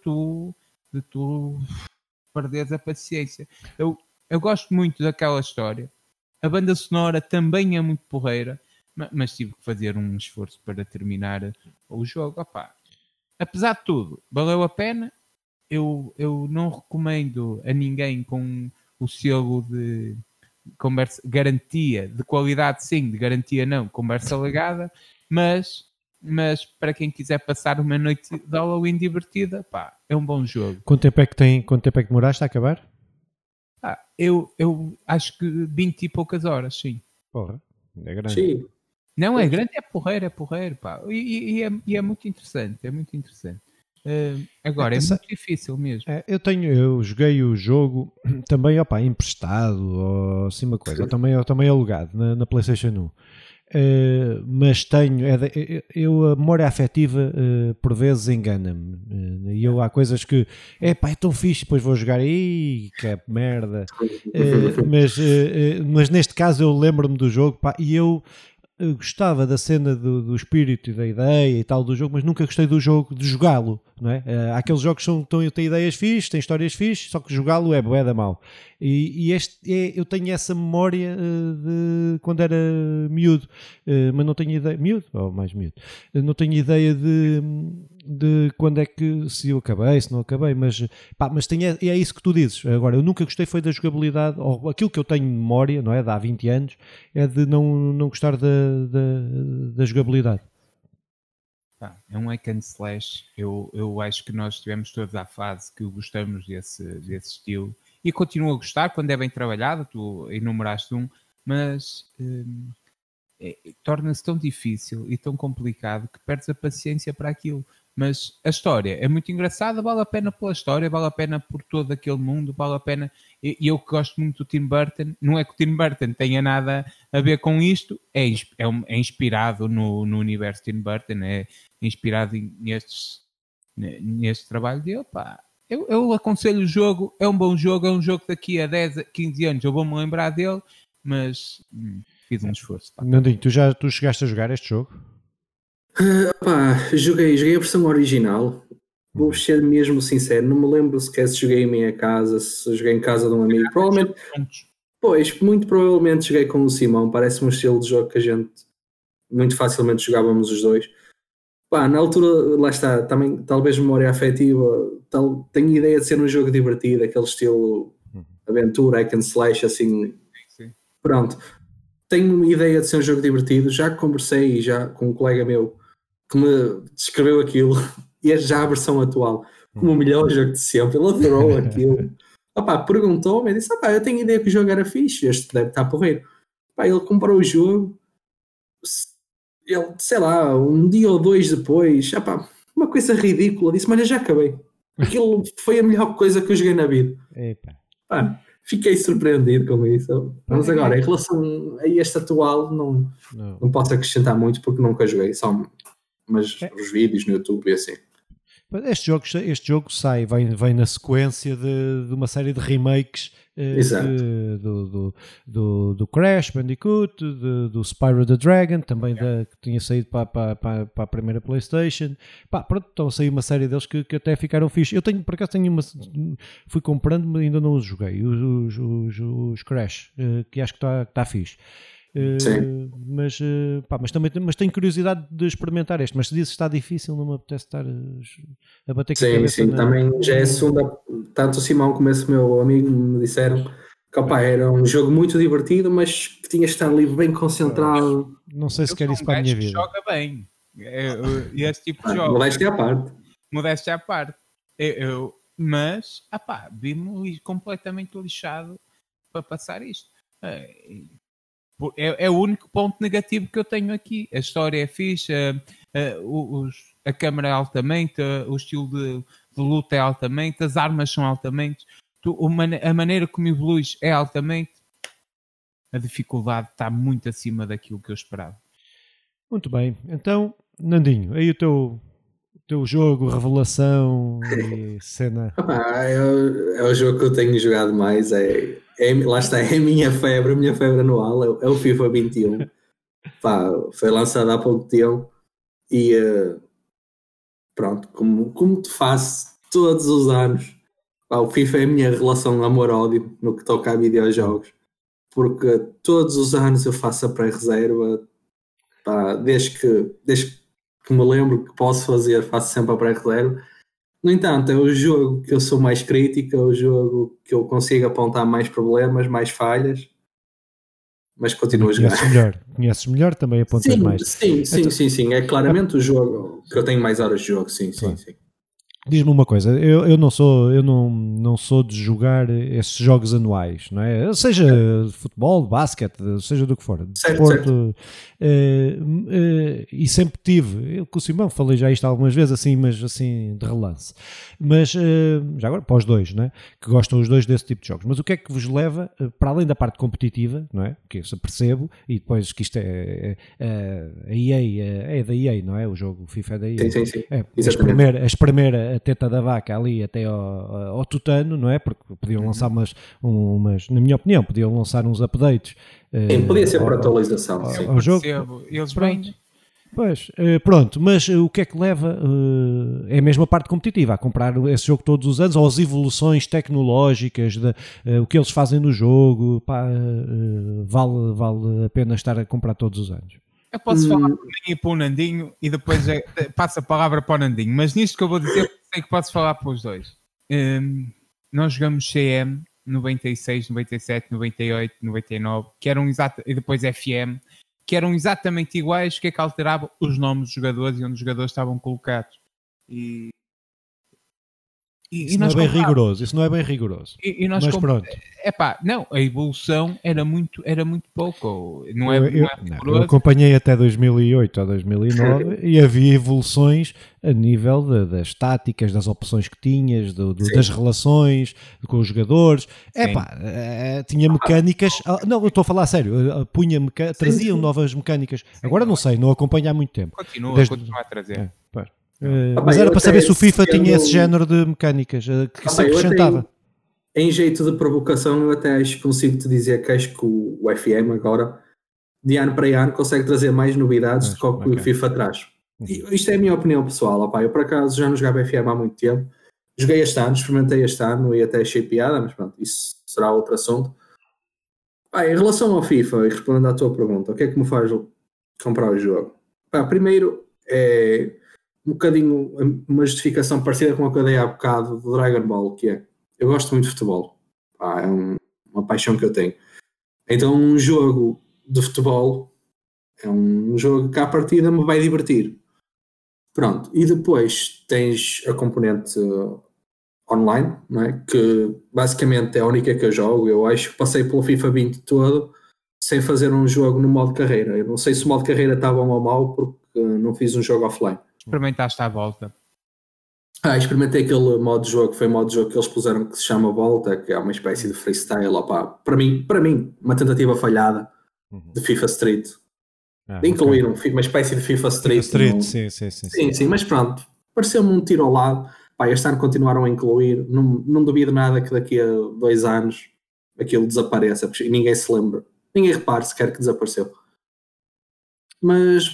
tu perderes a paciência. Eu gosto muito daquela história. A banda sonora também é muito porreira, mas tive que fazer um esforço para terminar o jogo. Opa, apesar de tudo, valeu a pena. Eu não recomendo a ninguém com o selo de garantia de qualidade, sim, de garantia não, conversa legada, mas para quem quiser passar uma noite de Halloween divertida, é um bom jogo. Quanto tempo é que demoraste a acabar? Eu acho que 20 e poucas horas, sim. Porra, é grande. Sim. Não, é grande, é porreiro, pá. E é muito interessante, agora, é muito difícil mesmo. Eu joguei o jogo também, emprestado, ou assim uma coisa, ou também alugado na PlayStation 1. Mas tenho, a memória afetiva por vezes engana-me. E há coisas que, é tão fixe, depois vou jogar, que merda. Mas neste caso eu lembro-me do jogo, e eu gostava da cena do espírito e da ideia e tal do jogo, mas nunca gostei do jogo, de jogá-lo, não é? Há aqueles jogos que têm ideias fixes, têm histórias fixes, só que jogá-lo é bué da mau. E eu tenho essa memória de quando era miúdo, mas não tenho ideia, miúdo, ou mais miúdo, não tenho ideia de quando é que, se eu acabei, se não acabei, mas é isso que tu dizes. Agora, eu nunca gostei foi da jogabilidade, ou aquilo que eu tenho de memória, não é, de há 20 anos, é de não gostar da jogabilidade. É um hack and slash. Eu acho que nós estivemos todos à fase que gostamos desse estilo e continuo a gostar quando é bem trabalhado. Tu enumeraste mas torna-se tão difícil e tão complicado que perdes a paciência para aquilo. Mas a história é muito engraçada, vale a pena pela história, vale a pena por todo aquele mundo, vale a pena. E eu que gosto muito do Tim Burton, não é que o Tim Burton tenha nada a ver com isto, é inspirado no universo Tim Burton, é inspirado neste trabalho dele. Pá. Eu aconselho o jogo, é um bom jogo, é um jogo que daqui a 10, 15 anos eu vou-me lembrar dele, mas fiz um esforço. Nandinho, tu chegaste a jogar este jogo? Joguei a versão original. Vou ser mesmo sincero, não me lembro sequer se joguei em minha casa, se joguei em casa de um amigo. Provavelmente, muito provavelmente joguei com o Simão. Parece um estilo de jogo que a gente muito facilmente jogávamos os dois. Na altura, lá está, também talvez memória afetiva, tenho ideia de ser um jogo divertido, aquele estilo aventura, hack and slash, assim. Sim. Pronto. Tenho ideia de ser um jogo divertido. Já conversei já com um colega meu que me descreveu aquilo, e é já a versão atual, como o melhor jogo de sempre. Ele adorou aquilo. Perguntou-me e disse: eu tenho ideia que o jogo era fixe, este deve estar porreiro. Ele comprou o jogo, ele, sei lá, um dia ou dois depois, uma coisa ridícula, disse: mas eu já acabei. Aquilo foi a melhor coisa que eu joguei na vida. Fiquei surpreendido com isso. Mas agora, em relação a este atual, não posso acrescentar muito porque nunca joguei, mas os vídeos no YouTube e assim. Este jogo vem na sequência de uma série de remakes do Crash Bandicoot, do Spyro the Dragon, também que tinha saído para a primeira PlayStation. Pronto, estão a sair uma série deles que até ficaram fixe. Por acaso fui comprando, mas ainda não os joguei, os Crash, que acho que está fixe. Mas tenho curiosidade de experimentar este, mas se diz que está difícil, não me apetece estar a bater com a cabeça. Sim, também já é a segunda, tanto o Simão como esse meu amigo me disseram que era um jogo muito divertido, mas que tinha que estar ali bem concentrado. Não sei se quer isso para a minha vida. Joga bem, esse tipo de jogo. Modéstia à parte. Mas vi-me completamente lixado para passar isto. É o único ponto negativo que eu tenho aqui. A história é fixe, a câmera é altamente, o estilo de luta é altamente, as armas são altamente, a maneira como evoluís é altamente. A dificuldade está muito acima daquilo que eu esperava. Muito bem. Então, Nandinho, aí o teu jogo, revelação e cena. É o jogo que eu tenho jogado mais. Lá está, é a minha febre anual, é o FIFA 21. Foi lançado há pouco tempo e pronto, como te faço todos os anos, o FIFA é a minha relação de amor-ódio no que toca a videojogos, porque todos os anos eu faço a pré-reserva, desde que me lembro que posso fazer, faço sempre a pré-reserva. No entanto, é o jogo que eu sou mais crítico, é o jogo que eu consigo apontar mais problemas, mais falhas, mas continuo a jogar. Conheces melhor, também apontas mais. Sim. É claramente o jogo que eu tenho mais horas de jogo, sim. Diz-me uma coisa, eu não sou de jogar esses jogos anuais, não é? Seja de futebol, de basquete, seja do que for, de desporto, e sempre tive, eu com o Simão falei já isto algumas vezes, assim, mas assim de relance, mas já agora para os dois, não é? Que gostam os dois desse tipo de jogos, mas o que é que vos leva, para além da parte competitiva, não é? Que eu percebo, e depois que isto é a EA, é da EA, não é? O jogo FIFA é da EA. Sim. A espremer a teta da vaca ali até ao tutano, não é? Porque podiam lançar umas, na minha opinião, podiam lançar uns updates. Podia ser por atualização. Ao jogo. Eles vêm. Pois, pronto, mas o que é que leva? É a mesma parte competitiva, a comprar esse jogo todos os anos, ou as evoluções tecnológicas, o que eles fazem no jogo, vale a pena estar a comprar todos os anos. Eu posso falar para mim e para o Nandinho e depois passo a palavra para o Nandinho, mas nisto que eu vou dizer, sei que posso falar para os dois. Nós jogamos CM 96, 97, 98, 99, que eram e depois FM, que eram exatamente iguais. O que é que alterava? Os nomes dos jogadores e onde os jogadores estavam colocados. E Isso não é bem rigoroso. Isso não é bem rigoroso. Mas pronto. Não, a evolução era muito pouco. Eu acompanhei até 2008 ou 2009 e havia evoluções a nível das táticas, das opções que tinhas, das relações com os jogadores. Tinha mecânicas. Não, eu estou a falar a sério. Traziam novas mecânicas. Agora não sei, não acompanho há muito tempo. Continua a trazer. Mas era para saber se o FIFA tinha esse género de mecânicas que se acrescentava. Em jeito de provocação, eu até acho que consigo te dizer que acho que o FM agora, de ano para ano, consegue trazer mais novidades do que o FIFA traz. Isto é a minha opinião pessoal. Eu por acaso já não jogava FM há muito tempo. Joguei este ano, experimentei este ano e até achei piada, mas pronto, isso será outro assunto. Em relação ao FIFA, e respondendo à tua pergunta, o que é que me faz comprar o jogo? Primeiro é um bocadinho uma justificação parecida com a que eu dei há bocado do Dragon Ball, que é, eu gosto muito de futebol, é uma paixão que eu tenho. Então um jogo de futebol é um jogo que à partida me vai divertir. Pronto, e depois tens a componente online, não é? Que basicamente é a única que eu jogo. Eu acho que passei pelo FIFA 20 todo sem fazer um jogo no modo carreira. Eu não sei se o modo carreira está bom ou mau porque não fiz um jogo offline. Experimentaste à volta? Experimentei aquele modo de jogo, que foi o modo de jogo que eles puseram que se chama Volta, que é uma espécie de freestyle. Para mim, uma tentativa falhada de FIFA Street. De incluir uma espécie de FIFA Street. Sim, mas pronto, pareceu-me um tiro ao lado. Este ano continuaram a incluir. Não duvido nada que daqui a 2 anos aquilo desapareça, porque ninguém se lembra. Ninguém repare sequer que desapareceu. Mas,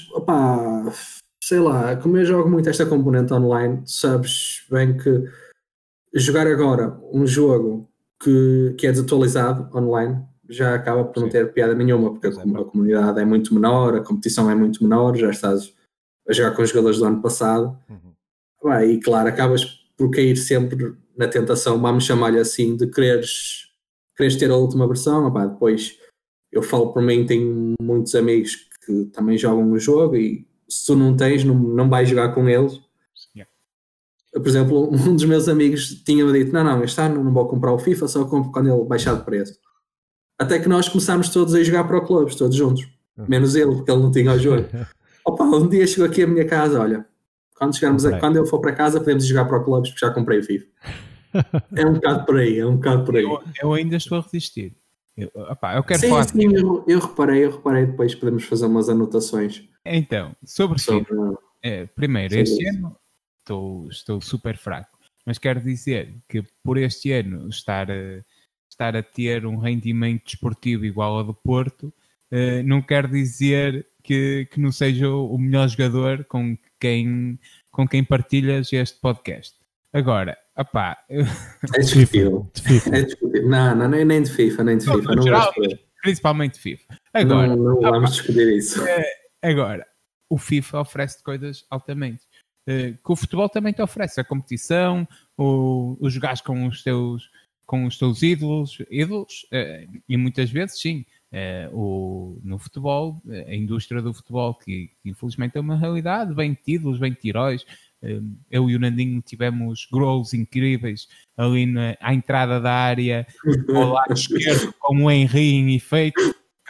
sei lá, como eu jogo muito esta componente online, sabes bem que jogar agora um jogo que é desatualizado online já acaba por não ter piada nenhuma, porque a comunidade é muito menor, a competição é muito menor, já estás a jogar com os jogadores do ano passado. E claro, acabas por cair sempre na tentação, vamos chamar-lhe assim, de quereres ter a última versão. Depois eu falo por mim, tenho muitos amigos que também jogam o jogo e se tu não tens, não vais jogar com eles. Por exemplo, um dos meus amigos tinha-me dito, não, este ano não vou comprar o FIFA, só compro quando ele baixar de preço. Até que nós começámos todos a jogar Pro Clubs, todos juntos, menos ele, porque ele não tinha o jogo. Um dia chegou aqui à minha casa, olha, quando eu for para casa podemos jogar Pro Clubs, porque já comprei o FIFA. É um bocado por aí. Eu ainda estou a resistir. Eu quero falar. Sim, eu reparei, depois podemos fazer umas anotações. Então, sobre primeiro, este ano estou super fraco, mas quero dizer que por este ano estar a ter um rendimento desportivo igual ao do Porto, não quer dizer que não seja o melhor jogador com quem partilhas este podcast. Agora, é discutível. É discutível. Não, nem de FIFA, nem de FIFA. No geral, principalmente de FIFA. Agora, não vamos discutir isso. Agora, o FIFA oferece coisas altamente. Que o futebol também te oferece. A competição, o jogares com os teus ídolos, e muitas vezes, sim, no futebol, a indústria do futebol, que infelizmente é uma realidade, vem de títulos, vem de heróis. Eu e o Nandinho tivemos gols incríveis ali à entrada da área, ao lado esquerdo, como o Henry em efeito.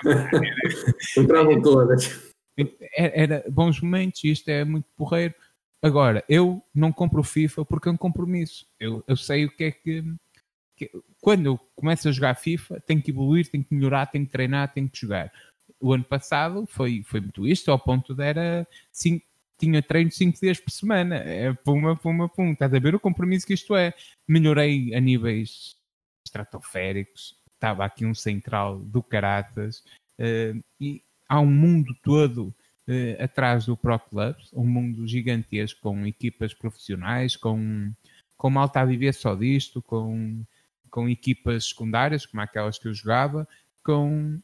Entravam todas. Era bons momentos e isto é muito porreiro. Agora, eu não compro o FIFA porque é um compromisso. Eu sei o que é que quando eu começo a jogar FIFA, tenho que evoluir, tenho que melhorar, tenho que treinar, tenho que jogar. O ano passado foi muito isto, ao ponto de tinha treino 5 dias por semana. Pum. Estás a ver o compromisso que isto é? Melhorei a níveis estratosféricos. Estava aqui um central do caratas. E há um mundo todo atrás do Pro Clubs. Um mundo gigantesco com equipas profissionais, com malta a viver só disto, com equipas secundárias, como aquelas que eu jogava, com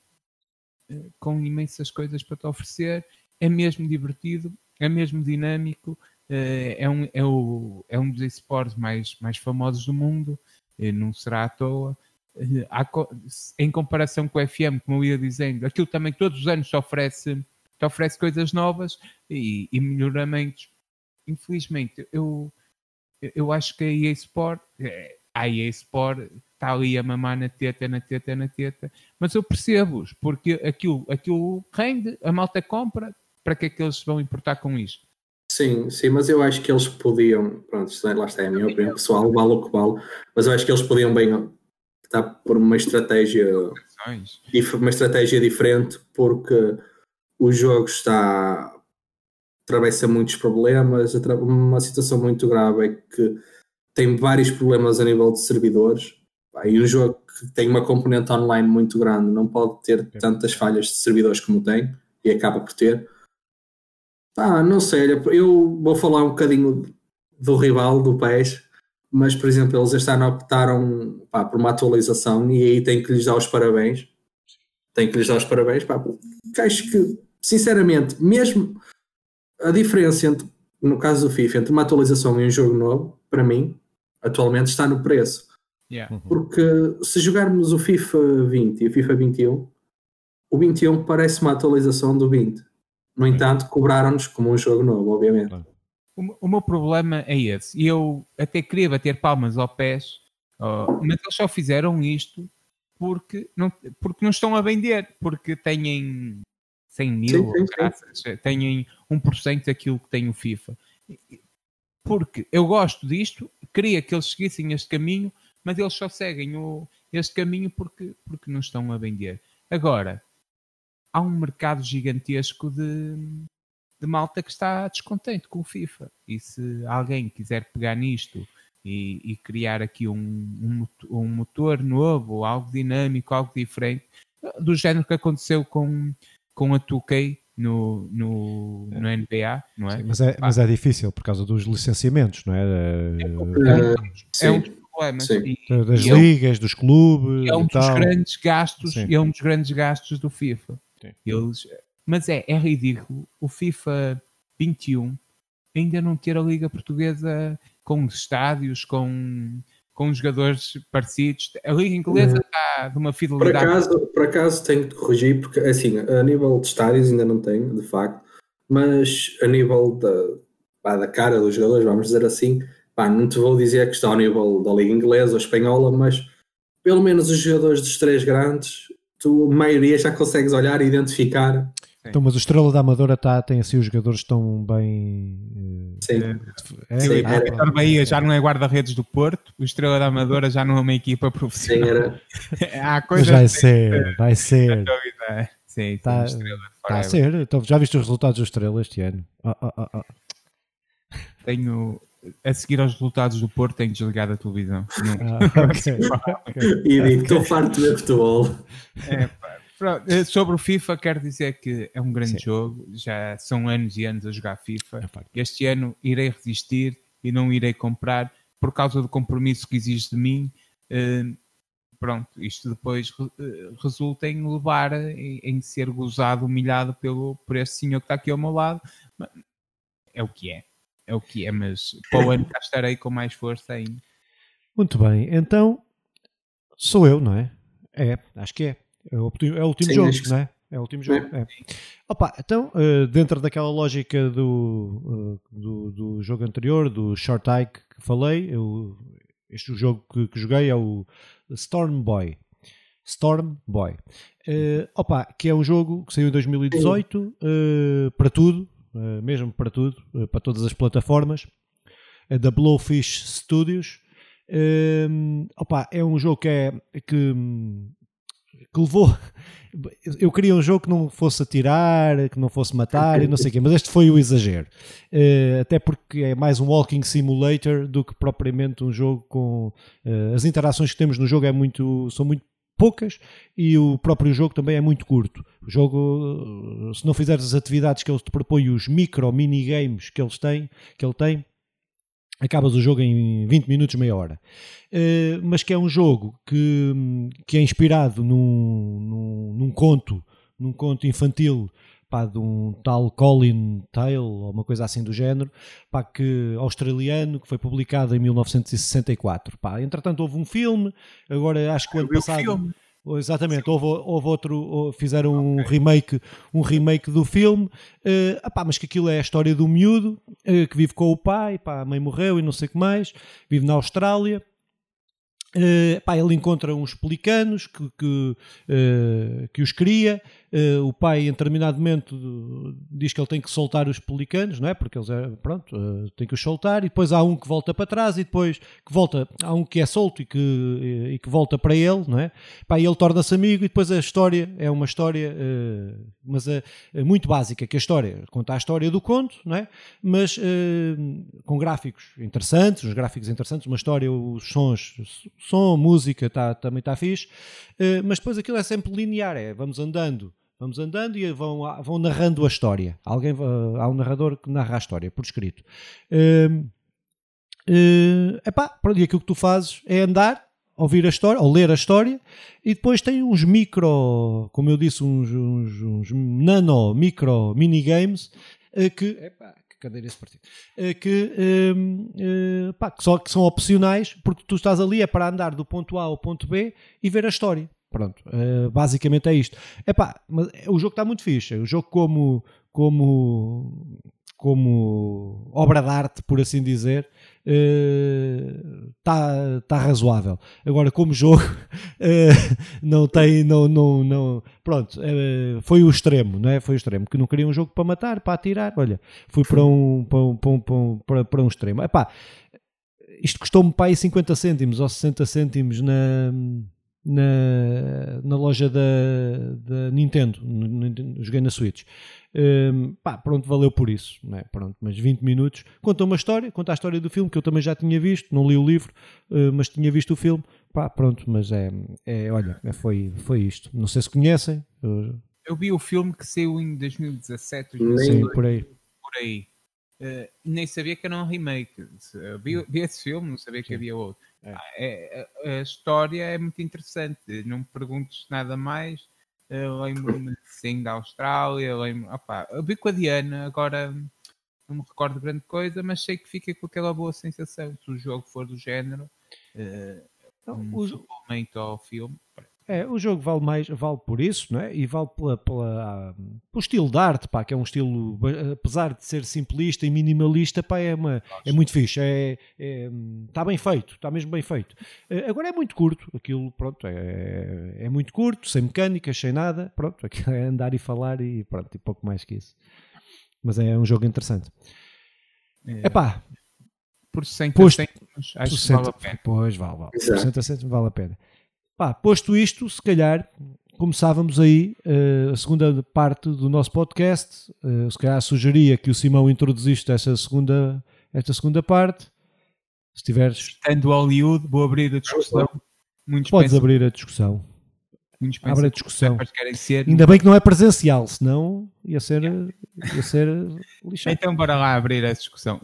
imensas coisas para te oferecer. É mesmo divertido. É mesmo dinâmico, é um dos esportes mais famosos do mundo, não será à toa. Em comparação com o FM, como eu ia dizendo, aquilo também todos os anos te oferece coisas novas e melhoramentos. Infelizmente, eu eu acho que a EA Sport está ali a mamar na teta, mas eu percebo-os, porque aquilo rende, a malta compra, para que é que eles vão importar com isto? Sim, mas eu acho que eles podiam, pronto, lá está, é a minha opinião pessoal, vale o que vale, mas eu acho que eles podiam bem optar por uma estratégia diferente, porque o jogo atravessa muitos problemas, uma situação muito grave é que tem vários problemas a nível de servidores, e um jogo que tem uma componente online muito grande não pode ter tantas falhas de servidores como tem, e acaba por ter. Não sei, eu vou falar um bocadinho do rival, do PES, mas, por exemplo, eles este ano optaram por uma atualização e aí tenho que lhes dar os parabéns. Porque acho que, sinceramente, mesmo a diferença entre, no caso do FIFA, entre uma atualização e um jogo novo, para mim, atualmente está no preço. Yeah. Porque se jogarmos o FIFA 20 e o FIFA 21, o 21 parece uma atualização do 20. No entanto, cobraram-nos como um jogo novo, obviamente. O meu problema é esse. E eu até queria bater palmas ao PES, mas eles só fizeram isto porque não estão a vender, porque têm 100 mil, têm 1% daquilo que tem o FIFA. Porque eu gosto disto, queria que eles seguissem este caminho, mas eles só seguem este caminho porque não estão a vender. Agora, há um mercado gigantesco de malta que está descontente com o FIFA. E se alguém quiser pegar nisto e criar aqui um motor novo, algo dinâmico, algo diferente, do género que aconteceu com a 2K no NBA, não é? Sim, mas é difícil por causa dos licenciamentos, não é? É um dos problemas. Das ligas, dos clubes. É um dos grandes gastos do FIFA. Mas é ridículo o FIFA 21 ainda não ter a Liga Portuguesa com estádios, com jogadores parecidos. A Liga Inglesa está de uma fidelidade. Por acaso tenho de corrigir, porque assim, a nível de estádios ainda não tenho, de facto, mas a nível da cara dos jogadores, vamos dizer assim, não te vou dizer que está ao nível da Liga Inglesa ou Espanhola, mas pelo menos os jogadores dos três grandes, a maioria já consegues olhar e identificar. Então, mas o Estrela da Amadora tem assim os jogadores tão bem... Sim. O Bahia já não é guarda-redes do Porto, o Estrela da Amadora já não é uma equipa profissional. Mas vai ser. Sim, está a ser. Então, já viste os resultados do Estrela este ano? Tenho... A seguir aos resultados do Porto, tenho desligado a televisão. E digo, estou farto de ver futebol. Sobre o FIFA, quero dizer que é um grande jogo. Já são anos e anos a jogar FIFA. Este ano irei resistir e não irei comprar por causa do compromisso que exige de mim. Isto depois resulta em levar, em ser gozado, humilhado por este senhor que está aqui ao meu lado. É o que é, mas para o ano cá estarei com mais força ainda. Muito bem, então sou eu, não é? Acho que é. É o último jogo, não é? É o último jogo. Então, dentro daquela lógica do jogo anterior, do Short Hike que falei, este jogo que joguei é o Storm Boy. Que é um jogo que saiu em 2018 para tudo. Mesmo para tudo, para todas as plataformas, da Blowfish Studios. É um jogo que levou... Eu queria um jogo que não fosse atirar, que não fosse matar e não sei o quê, mas este foi o exagero. Até porque é mais um walking simulator do que propriamente um jogo com... as interações que temos no jogo são muito poucas e o próprio jogo também é muito curto. O jogo, se não fizeres as atividades que ele te propõe, os mini-games que ele tem, acabas o jogo em 20 minutos, meia hora. Mas que é um jogo que é inspirado num conto infantil de um tal Colin Tale, ou uma coisa assim do género, australiano, que foi publicado em 1964. Entretanto houve um filme, agora acho que o ano passado... Exatamente, houve outro, fizeram um remake do filme, mas que aquilo é a história do miúdo que vive com o pai, a mãe morreu e não sei o que mais, vive na Austrália. Ele encontra uns pelicanos que os cria. O pai, em determinado momento, diz que ele tem que soltar os pelicanos, não é? Porque eles tem que os soltar, e depois há um que volta para trás, e depois há um que é solto e que volta para ele, não é? Ele torna-se amigo, e depois a história é uma história, mas muito básica, que a história conta a história do conto, não é? Mas com gráficos interessantes, uma história, os sons, música, também está fixe, mas depois aquilo é sempre linear, vamos andando e vão narrando a história. Há um narrador que narra a história, por escrito. E aquilo que tu fazes é andar, ouvir a história, ou ler a história, e depois tem uns como eu disse, uns micro minigames que são opcionais, porque tu estás ali para andar do ponto A ao ponto B e ver a história. Pronto, basicamente é isto. Mas o jogo está muito fixe. O jogo como obra de arte, por assim dizer, está razoável. Agora, como jogo, não tem, pronto, foi o extremo, não é? Foi o extremo, que não queria um jogo para matar, para atirar. Olha, fui para um extremo. Isto custou-me para aí 50 cêntimos ou 60 cêntimos na loja da Nintendo. Joguei na Switch. Pronto, valeu por isso, não é? Pronto, mas 20 minutos conta a história do filme, que eu também já tinha visto, não li o livro, mas tinha visto o filme. Pronto, mas foi isto. Não sei se conhecem. Eu vi o filme que saiu em 2017, sim, por aí. Nem sabia que era um remake. Vi esse filme, não sabia que havia outro. A história é muito interessante, não me perguntes nada mais. Lembro-me sim da Austrália, eu vi com a Diana, agora não me recordo grande coisa, mas sei que fica com aquela boa sensação. Se o jogo for do género, suplemento ao filme. O jogo vale por isso, não é? E vale pelo estilo de arte, que é um estilo, apesar de ser simplista e minimalista, é muito fixe, está bem feito, está mesmo bem feito. Agora é muito curto, aquilo, pronto, é muito curto, sem mecânicas, sem nada, pronto, é andar e falar e pronto, e pouco mais que isso. Mas é um jogo interessante. Por 60 cêntimos, acho que vale a pena. Pois vale. Por 60 cêntimos vale a pena. Posto isto, se calhar começávamos aí a segunda parte do nosso podcast. Se calhar sugeria que o Simão introduziste esta segunda parte. Se tiveres... Estando Hollywood, vou abrir a discussão. Podes abrir a discussão. Abre a discussão. Ainda bem que não é presencial, senão ia ser lixado. Então bora lá abrir a discussão.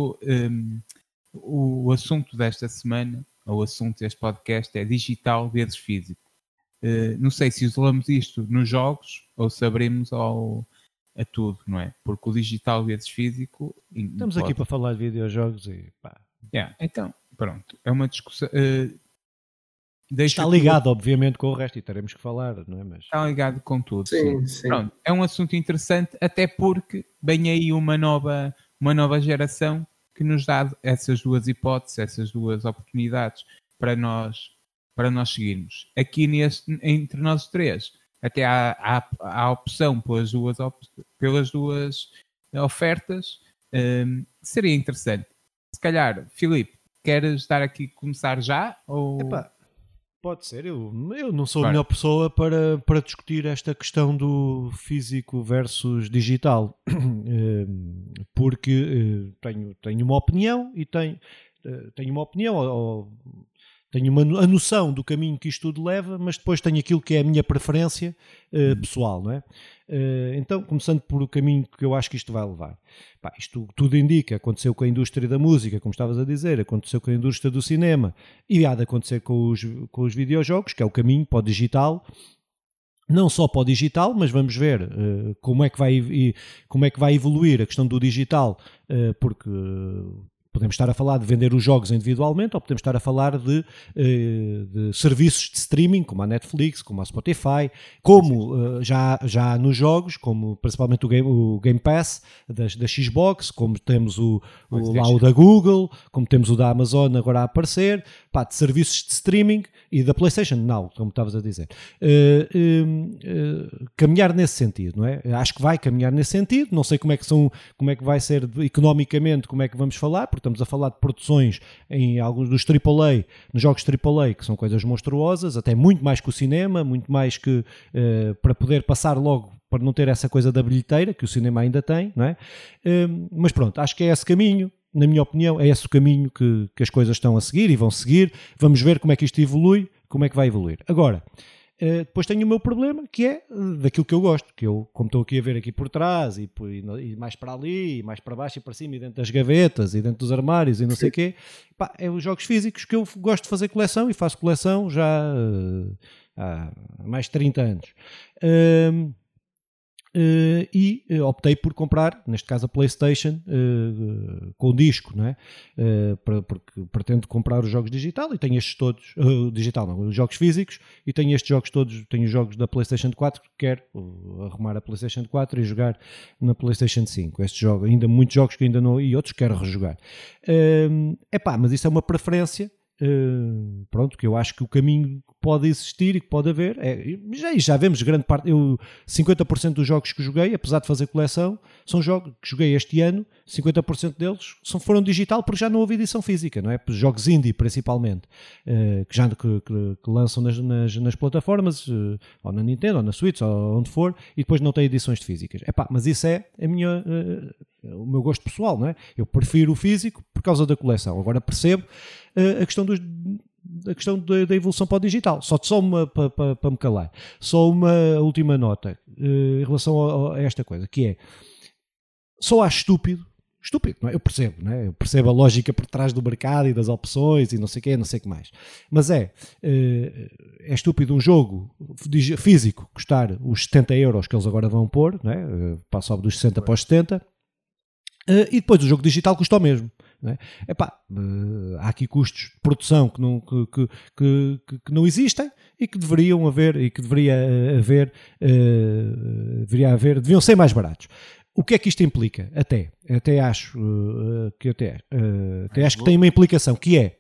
O assunto desta semana, o assunto deste podcast é digital versus físico. Não sei se isolamos isto nos jogos ou se abrimos a tudo, não é? Porque o digital versus físico... Estamos aqui para falar de videojogos e então, pronto. É uma discussão... Está ligado, obviamente, com o resto e teremos que falar, não é? Mas... Está ligado com tudo. Sim. Pronto, é um assunto interessante, até porque vem aí uma nova geração que nos dá essas duas hipóteses, essas duas oportunidades para nós seguirmos. Aqui entre nós três, até há a opção pelas duas ofertas, seria interessante. Se calhar, Filipe, queres começar já? Ou... Pode ser, eu não sou a melhor pessoa para discutir esta questão do físico versus digital, porque tenho uma opinião e tenho uma opinião, ou tenho a noção do caminho que isto tudo leva, mas depois tenho aquilo que é a minha preferência pessoal, não é? Então, começando por o caminho que eu acho que isto vai levar. Isto tudo indica, aconteceu com a indústria da música, como estavas a dizer, aconteceu com a indústria do cinema e há de acontecer com os videojogos, que é o caminho para o digital. Não só para o digital, mas vamos ver como é que vai evoluir a questão do digital, porque Podemos estar a falar de vender os jogos individualmente, ou podemos estar a falar de serviços de streaming, como a Netflix, como a Spotify, como já nos jogos, como principalmente o Game Pass da Xbox, como temos lá o da Google, como temos o da Amazon agora a aparecer, de serviços de streaming e da PlayStation, não, como estavas a dizer. Caminhar nesse sentido, não é? Acho que vai caminhar nesse sentido, não sei como é que vai ser economicamente, como é que vamos falar, porque estamos a falar de produções em alguns dos AAA, nos jogos AAA, que são coisas monstruosas, até muito mais que o cinema, muito mais que para poder passar logo, para não ter essa coisa da bilheteira, que o cinema ainda tem, não é? Mas pronto, acho que é esse caminho, na minha opinião, é esse o caminho que as coisas estão a seguir e vão seguir. Vamos ver como é que isto evolui, como é que vai evoluir. Agora, depois tenho o meu problema, que é daquilo que eu gosto, que eu, como estou aqui a ver aqui por trás e mais para ali, e mais para baixo e para cima, e dentro das gavetas e dentro dos armários e não sei o quê, é os jogos físicos que eu gosto de fazer coleção e faço coleção já há mais de 30 anos. E optei por comprar, neste caso a PlayStation, com disco, não é? Porque pretendo comprar os jogos digital e tenho estes todos, digital não, os jogos físicos, e tenho estes jogos todos, tenho os jogos da PlayStation 4, que quero arrumar a PlayStation 4 e jogar na PlayStation 5. Estes jogos, ainda muitos jogos que ainda não, e outros quero rejogar. Mas isso é uma preferência. Pronto, que eu acho que o caminho que pode existir e que pode haver já vemos grande parte, 50% dos jogos que joguei, apesar de fazer coleção, são jogos que joguei este ano, 50% deles foram digital porque já não houve edição física, não é? Jogos indie principalmente, que lançam nas plataformas, ou na Nintendo, ou na Switch, ou onde for, e depois não tem edições físicas. Mas isso é o meu gosto pessoal, não é? Eu prefiro o físico por causa da coleção. Agora percebo a questão da evolução para o digital. Só uma para me calar. Só uma última nota em relação a esta coisa, que é, só acho estúpido, não é? Eu percebo, não é? Eu percebo a lógica por trás do mercado e das opções e não sei o quê, não sei o que mais. Mas é estúpido um jogo físico custar os 70 euros que eles agora vão pôr, não é? Passa dos 60 para os 70, e depois o jogo digital custa o mesmo. Não é? Há aqui custos de produção que não existem e que deveriam haver e que deviam ser mais baratos. O que é que isto implica? Até acho que tem uma implicação, que é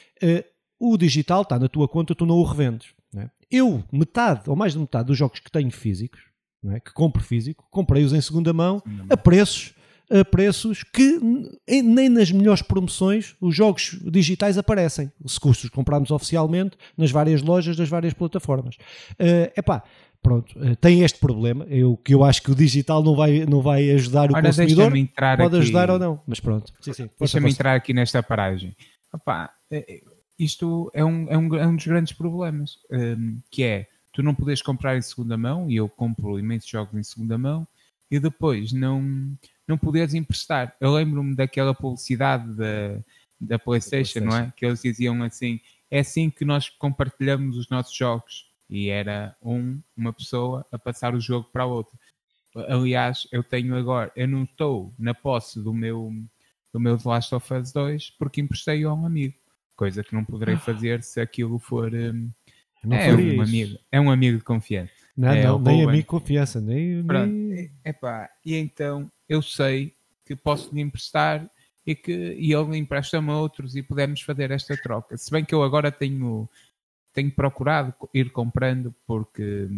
o digital está na tua conta, tu não o revendes. Não é? Eu, metade ou mais de metade dos jogos que tenho físicos, não é? Que compro físico, comprei-os em segunda mão a preços que nem nas melhores promoções os jogos digitais aparecem, se custos comprarmos oficialmente nas várias lojas das várias plataformas. Pronto, tem este problema, que eu acho que o digital não vai ajudar o consumidor, pode ajudar ou não, mas pronto. Sim, deixa-me entrar aqui nesta paragem. Isto é um dos grandes problemas, que é, tu não podes comprar em segunda mão, e eu compro imensos jogos em segunda mão, e depois não poderes emprestar. Eu lembro-me daquela publicidade da PlayStation, não é? Que eles diziam assim, é assim que nós compartilhamos os nossos jogos. E era uma pessoa a passar o jogo para a outra. Aliás, eu não estou na posse do meu The Last of Us 2 porque emprestei a um amigo. Coisa que não poderei fazer se aquilo for... É um amigo de confiança. Não, nem amigo de confiança, nem... E então eu sei que posso lhe emprestar e ele empresta-me a outros e podemos fazer esta troca. Se bem que eu agora tenho procurado ir comprando porque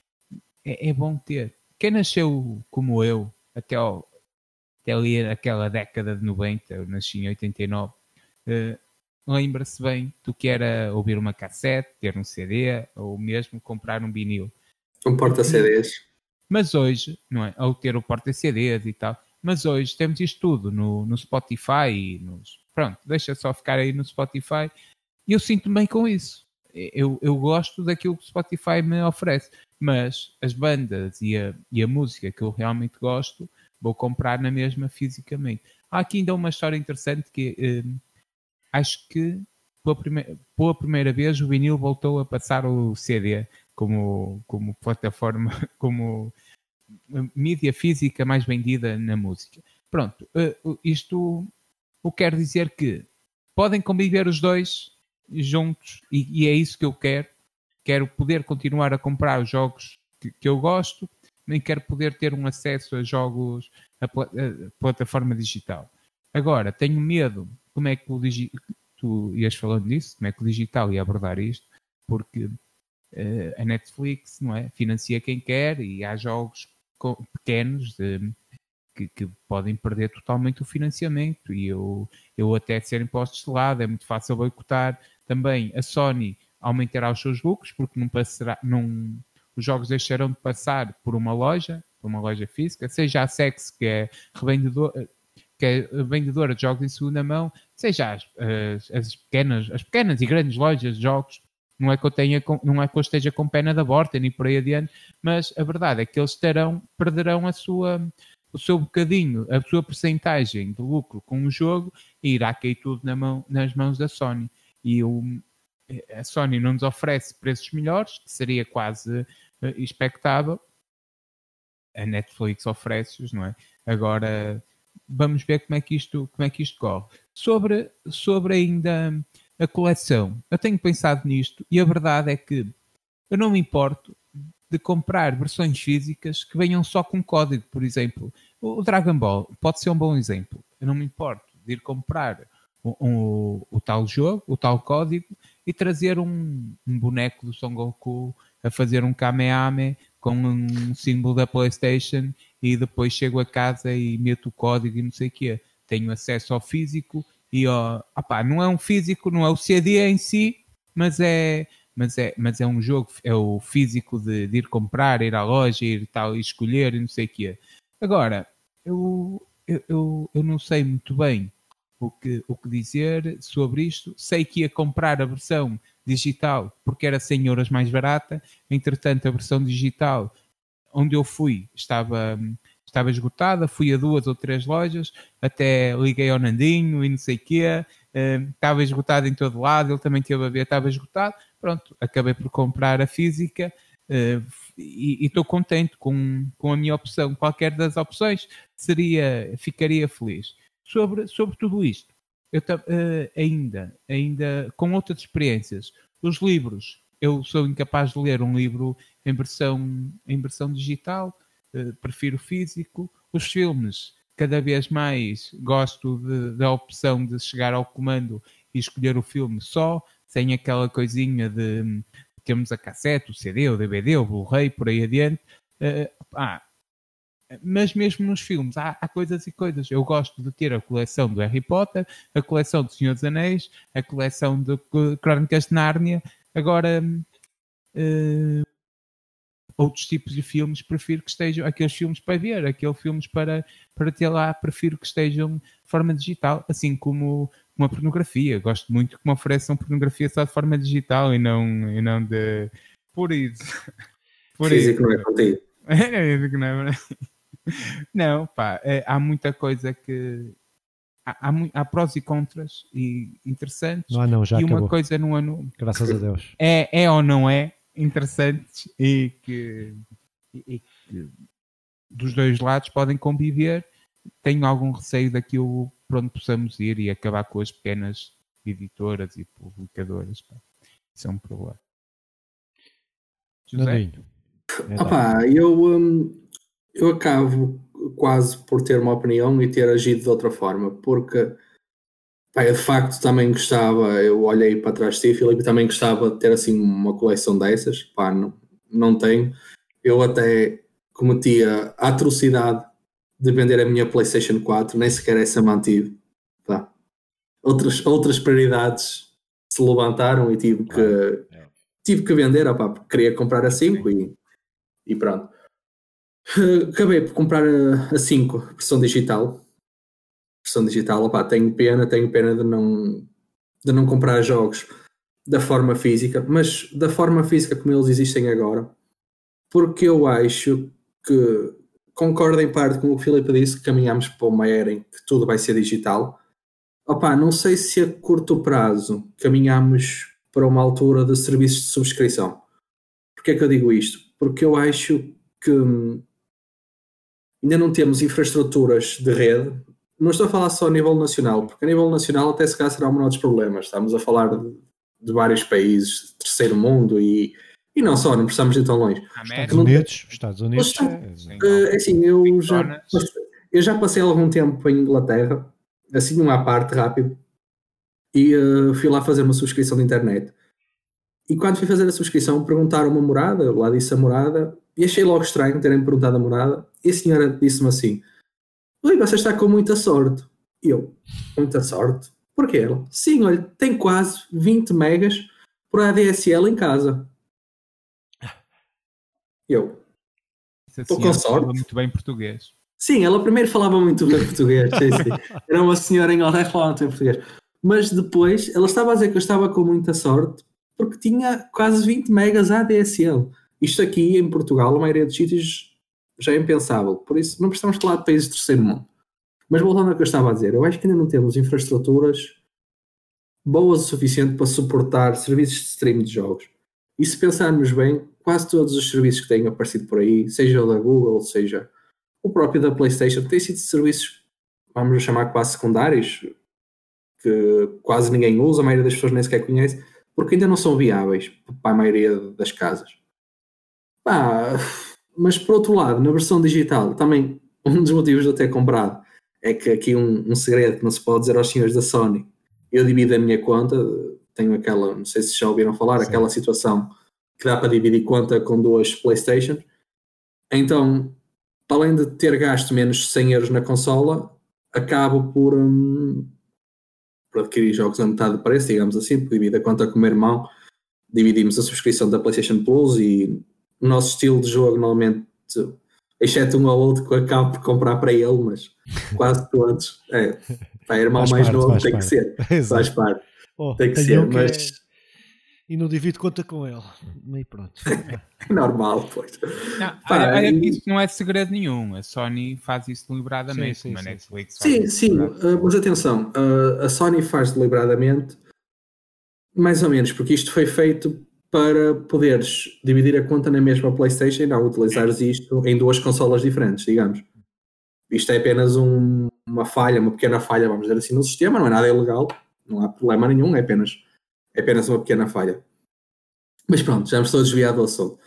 é bom ter. Quem nasceu como eu, até ali naquela década de 90, eu nasci em 89, lembra-se bem do que era ouvir uma cassete, ter um CD ou mesmo comprar um vinil. Um porta-CDs. Mas hoje, não é? Ou ter o porta-CDs e tal, mas hoje temos isto tudo no Spotify e pronto, deixa só ficar aí no Spotify e eu sinto-me bem com isso. Eu gosto daquilo que o Spotify me oferece, mas as bandas e a música que eu realmente gosto, vou comprar na mesma fisicamente. Há aqui ainda uma história interessante que acho que pela primeira vez o vinil voltou a passar o CD como plataforma, como mídia física mais vendida na música. Pronto, isto o que quer dizer que podem conviver os dois juntos e é isso que eu quero. Quero poder continuar a comprar os jogos que eu gosto, nem quero poder ter um acesso a jogos a plataforma digital. Agora, tenho medo, como é que tu ias falando disso, como é que o digital ia abordar isto, porque a Netflix, não é, financia quem quer e há jogos pequenos que podem perder totalmente o financiamento e eu até serem postos de lado, é muito fácil boicotar. Também a Sony aumentará os seus lucros porque os jogos deixarão de passar por uma loja física, seja a Sex, que é vendedora de jogos em segunda mão, seja as pequenas e grandes lojas de jogos. Não é que eu esteja com pena da borda nem por aí adiante, mas a verdade é que eles perderão o seu bocadinho, a sua percentagem de lucro com o jogo e irá cair tudo nas mãos da Sony. E a Sony não nos oferece preços melhores, que seria quase expectável. A Netflix oferece-os, não é? Agora vamos ver como é que isto corre. Sobre ainda a coleção, eu tenho pensado nisto e a verdade é que eu não me importo de comprar versões físicas que venham só com código, por exemplo. O Dragon Ball pode ser um bom exemplo. Eu não me importo de ir comprar o tal jogo, o tal código e trazer um boneco do Son Goku a fazer um Kamehameha com um símbolo da PlayStation e depois chego a casa e meto o código e não sei o quê. Tenho acesso ao físico e não é um físico, não é o CD em si, mas é um jogo, é o físico de ir comprar, ir à loja, ir tal, e escolher e não sei o quê. Agora, eu não sei muito bem o que dizer sobre isto. Sei que ia comprar a versão digital porque era 100 euros mais barata. Entretanto, a versão digital onde eu fui estava esgotada. Fui a 2 ou 3 lojas, até liguei ao Nandinho e não sei o quê. Estava esgotado em todo lado, ele também teve a ver, estava esgotado. Pronto, acabei por comprar a física e estou contente com a minha opção. Qualquer das opções ficaria feliz. Sobre tudo isto, eu ainda com outras experiências, os livros, eu sou incapaz de ler um livro em versão digital, prefiro físico. Os filmes, cada vez mais gosto da opção de chegar ao comando e escolher o filme só, sem aquela coisinha de termos a cassete, o CD, o DVD, o Blu-ray, por aí adiante. Mas mesmo nos filmes há coisas e coisas. Eu gosto de ter a coleção do Harry Potter, a coleção do Senhor dos Anéis, a coleção de Crónicas de Nárnia. Agora, outros tipos de filmes, prefiro que estejam aqueles filmes para ver, aqueles filmes para ter lá, prefiro que estejam de forma digital, assim como uma pornografia. Gosto muito que me ofereçam pornografia só de forma digital e não de... Por isso. Físico não é contigo. Não, pá, há muita coisa que... Há prós e contras e interessantes. Não, já e acabou. Uma coisa não é... Graças a Deus. É ou não é interessantes e que dos dois lados podem conviver. Tenho algum receio daquilo para onde possamos ir e acabar com as pequenas editoras e publicadoras. Pá. Isso é um problema. José? Eu acabo quase por ter uma opinião e ter agido de outra forma, porque eu de facto também gostava, eu olhei para trás de ti, Filipe, também gostava de ter assim uma coleção dessas. Não tenho. Eu até cometia a atrocidade de vender a minha PlayStation 4, nem sequer essa mantive. Outras prioridades se levantaram e tive que vender, porque queria comprar a 5 e pronto. Acabei por comprar a 5, versão digital. Tenho pena de não comprar jogos da forma física, mas da forma física como eles existem agora, porque eu acho que concordo em parte com o que o Filipe disse, que caminhamos para uma era em que tudo vai ser digital. Não sei se a curto prazo caminhamos para uma altura de serviços de subscrição. Porquê é que eu digo isto? Porque eu acho que ainda não temos infraestruturas de rede não estou a falar só a nível nacional, porque a nível nacional até se calhar será um dos problemas. Estamos a falar de vários países, terceiro mundo e não só, não precisamos ir tão longe. Estados Unidos. Assim, eu já passei algum tempo em Inglaterra, assim uma parte rápido, e fui lá fazer uma subscrição de internet. E quando fui fazer a subscrição, perguntaram uma morada, eu lá disse a morada, e achei logo estranho terem perguntado a morada, e a senhora disse-me assim: oi, você está com muita sorte. E eu, muita sorte? Porquê? Ela, sim, olha, tem quase 20 megas por ADSL em casa. E eu, estou com sorte. Fala muito bem português. Sim, ela primeiro falava muito bem português. Sim. Era uma senhora em Inglaterra que falava muito bem português. Mas depois, ela estava a dizer que eu estava com muita sorte porque tinha quase 20 megas ADSL. Isto aqui em Portugal, a maioria dos sítios já é impensável. Por isso, não precisamos falar de países do terceiro mundo. Mas voltando ao que eu estava a dizer, eu acho que ainda não temos infraestruturas boas o suficiente para suportar serviços de streaming de jogos. E se pensarmos bem, quase todos os serviços que têm aparecido por aí, seja o da Google, seja o próprio da PlayStation, têm sido serviços, vamos chamar quase secundários, que quase ninguém usa, a maioria das pessoas nem sequer conhece, porque ainda não são viáveis para a maioria das casas. Mas por outro lado, na versão digital, também um dos motivos de eu ter comprado é que aqui um segredo que não se pode dizer aos senhores da Sony, eu divido a minha conta, tenho aquela, não sei se já ouviram falar, sim, aquela situação que dá para dividir conta com duas PlayStation. Então, além de ter gasto menos 100 euros na consola, acabo por adquirir jogos a metade do preço, digamos assim, porque divido a conta com o meu irmão, dividimos a subscrição da PlayStation Plus e o nosso estilo de jogo normalmente, exceto um ou outro que eu acabo por comprar para ele, mas quase todos, irmão mais novo tem que ser, faz parte, tem que ser, mas... E não divido conta com ele. E pronto. Normal, pois. Olha que isso não é segredo nenhum. A Sony faz isso deliberadamente. Sim, Netflix mas atenção, a Sony faz deliberadamente, mais ou menos, porque isto foi feito para poderes dividir a conta na mesma PlayStation e não utilizares isto em duas consolas diferentes, digamos. Isto é apenas uma falha, uma pequena falha, vamos dizer assim, no sistema, não é nada ilegal, não há problema nenhum, é apenas uma pequena falha. Mas pronto, já me estou desviado do assunto.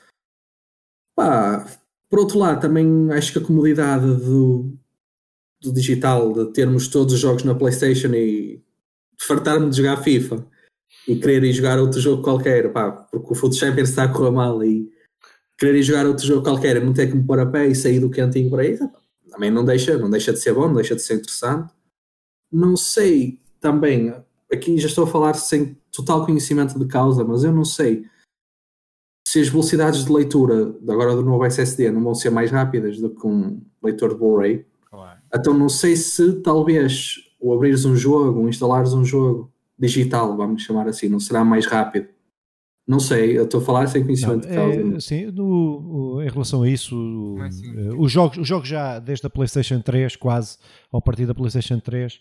Por outro lado, também acho que a comodidade do digital, de termos todos os jogos na PlayStation e fartar-me de jogar FIFA e querer ir jogar outro jogo qualquer, porque o Foot Champions está a correr mal e querer ir jogar outro jogo qualquer, não ter que me pôr a pé e sair do cantinho por aí, também não deixa de ser bom, não deixa de ser interessante. Não sei também, aqui já estou a falar sem total conhecimento de causa, mas eu não sei se as velocidades de leitura agora do novo SSD não vão ser mais rápidas do que um leitor de Blu-ray. Claro. Então não sei se talvez o abrires um jogo, ou instalares um jogo digital, vamos chamar assim, não será mais rápido. Não sei, eu estou a falar sem conhecimento de causa. Sim, em relação a isso, os jogos já desde a PlayStation 3, quase, ou a partir da PlayStation 3,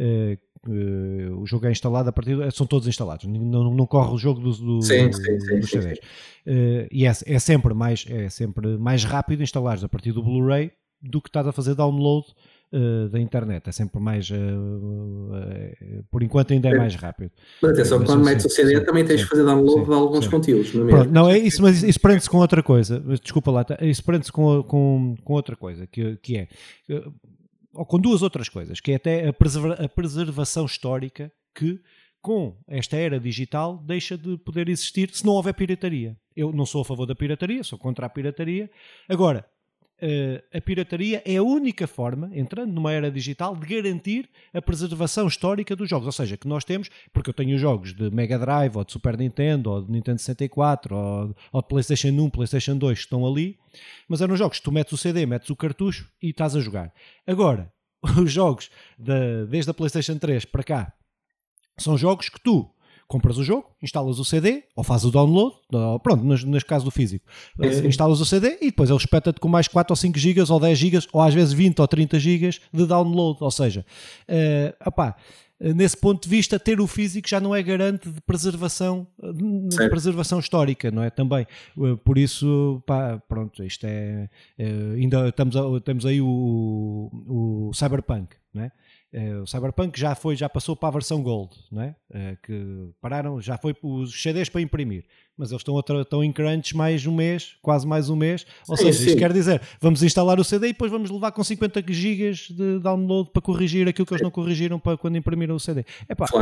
o jogo é instalado, a partir são todos instalados, não corre o jogo dos CDs. E é sempre mais rápido instalares a partir do Blu-ray do que estás a fazer download da internet, é sempre mais por enquanto ainda é mais rápido. Mas atenção, quando metes o CD também tens de fazer download de alguns conteúdos, não é mesmo? Pronto, não é isso, mas isso prende-se com outra coisa, desculpa lá, isso prende-se com outra coisa, que é, ou com duas outras coisas, que é até a preservação histórica que com esta era digital deixa de poder existir se não houver pirataria. Eu não sou a favor da pirataria, sou contra a pirataria. Agora, a pirataria é a única forma, entrando numa era digital, de garantir a preservação histórica dos jogos. Ou seja, que nós temos, porque eu tenho jogos de Mega Drive, ou de Super Nintendo, ou de Nintendo 64, ou de PlayStation 1, PlayStation 2, que estão ali, mas eram jogos que tu metes o CD, metes o cartucho e estás a jogar. Agora, os jogos desde a PlayStation 3 para cá, são jogos que tu compras o jogo, instalas o CD, ou fazes o download, pronto, neste caso do físico, instalas o CD e depois ele espeta-te com mais 4 ou 5 GB ou 10 GB ou às vezes 20 ou 30 GB de download, ou seja, nesse ponto de vista, ter o físico já não é garante de preservação histórica, não é? Também, por isso, pronto, isto é, ainda temos aí o Cyberpunk, não é? O Cyberpunk já passou para a versão Gold, não é? Que pararam, já foi os CDs para imprimir, mas eles estão em crunch mais um mês, quase mais um mês, ou seja, isto quer dizer, vamos instalar o CD e depois vamos levar com 50 gigas de download para corrigir aquilo que eles não corrigiram para quando imprimiram o CD.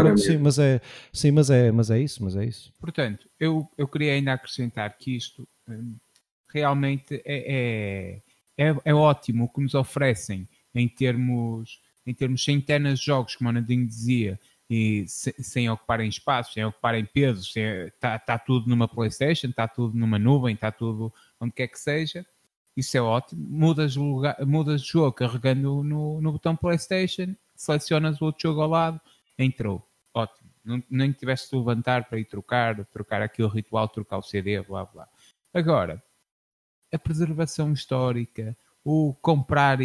Mas é isso. Portanto, eu queria ainda acrescentar que isto realmente é ótimo o que nos oferecem em termos centenas de jogos, como o Nandinho dizia, e sem ocuparem espaço, sem ocuparem peso, está tudo numa PlayStation, está tudo numa nuvem, está tudo onde quer que seja. Isso é ótimo. Mudas de jogo carregando no botão PlayStation, selecionas o outro jogo ao lado, entrou. Ótimo. Nem tiveste de levantar para ir trocar aquele ritual, trocar o CD, blá blá. Agora, a preservação histórica, o comprar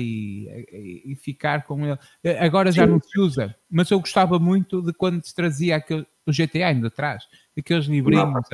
e ficar com ele. Agora já não se usa, mas eu gostava muito de quando se trazia o GTA ainda atrás, aqueles livrinhos.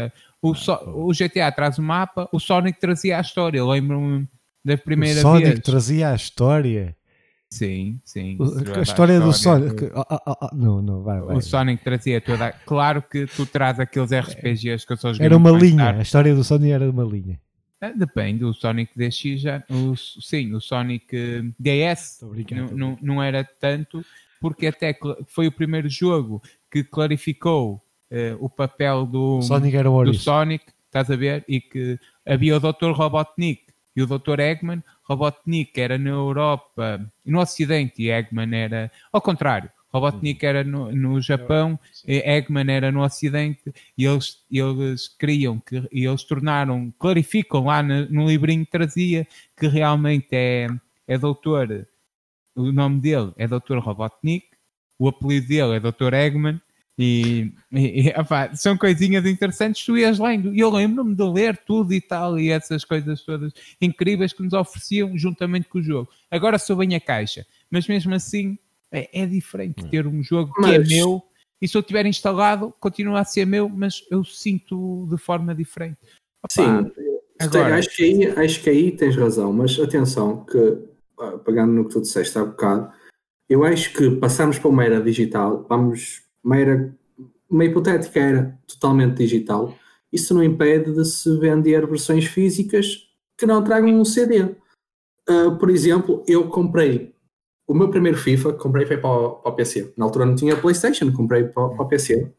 O GTA traz o mapa, o Sonic trazia a história. Eu lembro-me da primeira vez. O Sonic trazia a história? Sim. A história do Sonic. Não, vai. O Sonic trazia toda. Claro que tu traz aqueles RPGs que eu só joguei. Era uma linha, a história do Sonic era uma linha. Depende, o Sonic DX já. O Sonic DS não era tanto, porque até foi o primeiro jogo que clarificou o papel do Sonic, estás a ver? E que havia o Dr. Robotnik e o Dr. Eggman. Robotnik era na Europa, no Ocidente, e Eggman era ao contrário. Robotnik era no Japão, Eggman era no Ocidente, e eles criam, e eles clarificam lá no livrinho que trazia, que realmente é doutor, o nome dele é Dr. Robotnik, o apelido dele é Dr. Eggman, e são coisinhas interessantes, tu ias lendo, e eu lembro-me de ler tudo e tal, e essas coisas todas incríveis que nos ofereciam juntamente com o jogo. Agora só vem a caixa, mas mesmo assim é diferente ter um jogo que é meu, e se eu tiver instalado continua a ser meu, mas eu sinto de forma diferente. Sim, agora, acho que aí tens razão, mas atenção que, pegando no que tu disseste há bocado, eu acho que passarmos para uma era digital, uma hipotética era totalmente digital, isso não impede de se vender versões físicas que não tragam um CD. Por exemplo, eu comprei o meu primeiro FIFA, foi para o PC. Na altura não tinha PlayStation, comprei para o PC.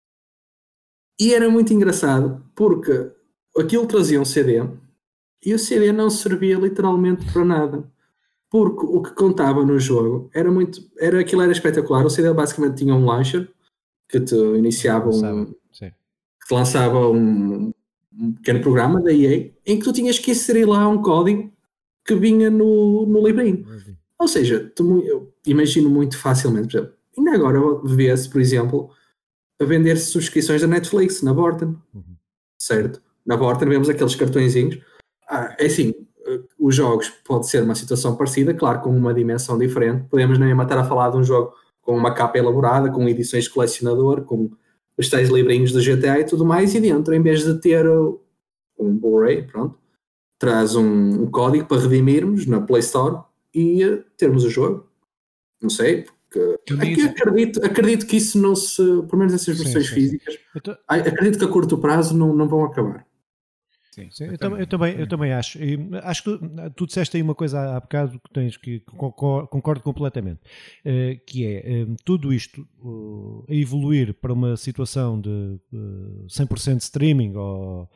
E era muito engraçado, porque aquilo trazia um CD, e o CD não servia literalmente para nada. Porque o que contava no jogo aquilo era espetacular. O CD basicamente tinha um launcher, que te iniciava que te lançava um pequeno programa da EA, em que tu tinhas que inserir lá um código que vinha no livrinho. Ou seja, eu imagino muito facilmente, por exemplo, ainda agora vê-se, por exemplo, a vender-se subscrições da Netflix na Vorten, certo? Na Vorten vemos aqueles cartõezinhos. É assim, os jogos pode ser uma situação parecida, claro, com uma dimensão diferente. Podemos nem estar a falar de um jogo com uma capa elaborada, com edições de colecionador, com os tais livrinhos do GTA e tudo mais, e dentro, em vez de ter um Blu-ray, pronto, traz um código para redimirmos na Play Store e termos o jogo. Não sei, porque acredito que isso não se, pelo menos essas versões físicas, acredito que a curto prazo não vão acabar. Sim, eu também acho. E acho que tu disseste aí uma coisa há bocado que concordo completamente, que é tudo isto a evoluir para uma situação de 100% streaming ou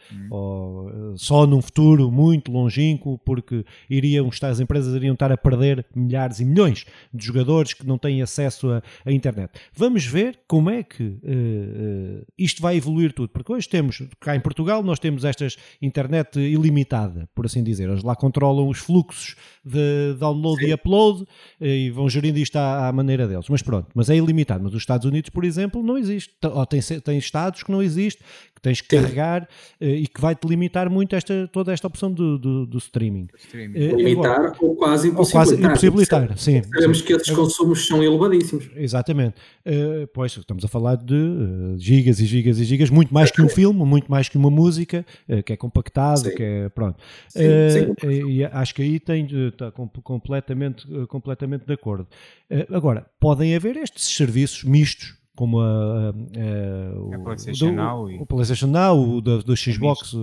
só num futuro muito longínquo, porque as empresas iriam estar a perder milhares e milhões de jogadores que não têm acesso à internet. Vamos ver como é que isto vai evoluir tudo, porque hoje temos, cá em Portugal, nós temos estas internet ilimitada, por assim dizer. Eles lá controlam os fluxos de download e upload e vão gerindo isto à maneira deles. Mas pronto, mas é ilimitado. Mas os Estados Unidos, por exemplo, não existe. Ou tem estados que não existe, que tens que carregar e que vai-te limitar muito toda esta opção do streaming. Limitar agora, ou quase impossibilitar. Sim. Sabemos que esses consumos são elevadíssimos. Exatamente. Pois, estamos a falar de gigas e gigas e gigas, muito mais que um filme, muito mais que uma música, que é compactado, que é, pronto. E acho que aí está completamente de acordo. Agora, podem haver estes serviços mistos, como a PlayStation Now, o PlayStation Now, o do Xbox,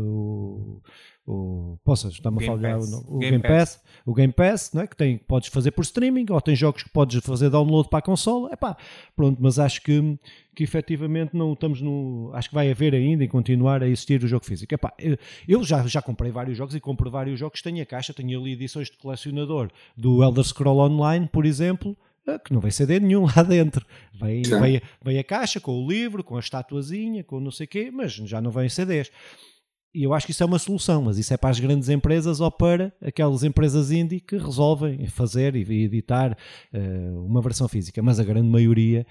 está-me a falhar o Game Pass, não é? Que podes fazer por streaming, ou tem jogos que podes fazer download para a consola, pronto, mas acho que efetivamente não estamos acho que vai haver ainda e continuar a existir o jogo físico. Eu já comprei vários jogos e compro vários jogos, tenho a caixa, tenho ali edições de colecionador do Elder Scroll Online, por exemplo, que não vem CD nenhum lá dentro. Vem a caixa com o livro, com a estatuazinha, com não sei o quê, mas já não vem CDs. E eu acho que isso é uma solução, mas isso é para as grandes empresas ou para aquelas empresas indie que resolvem fazer e editar uma versão física. Mas a grande maioria,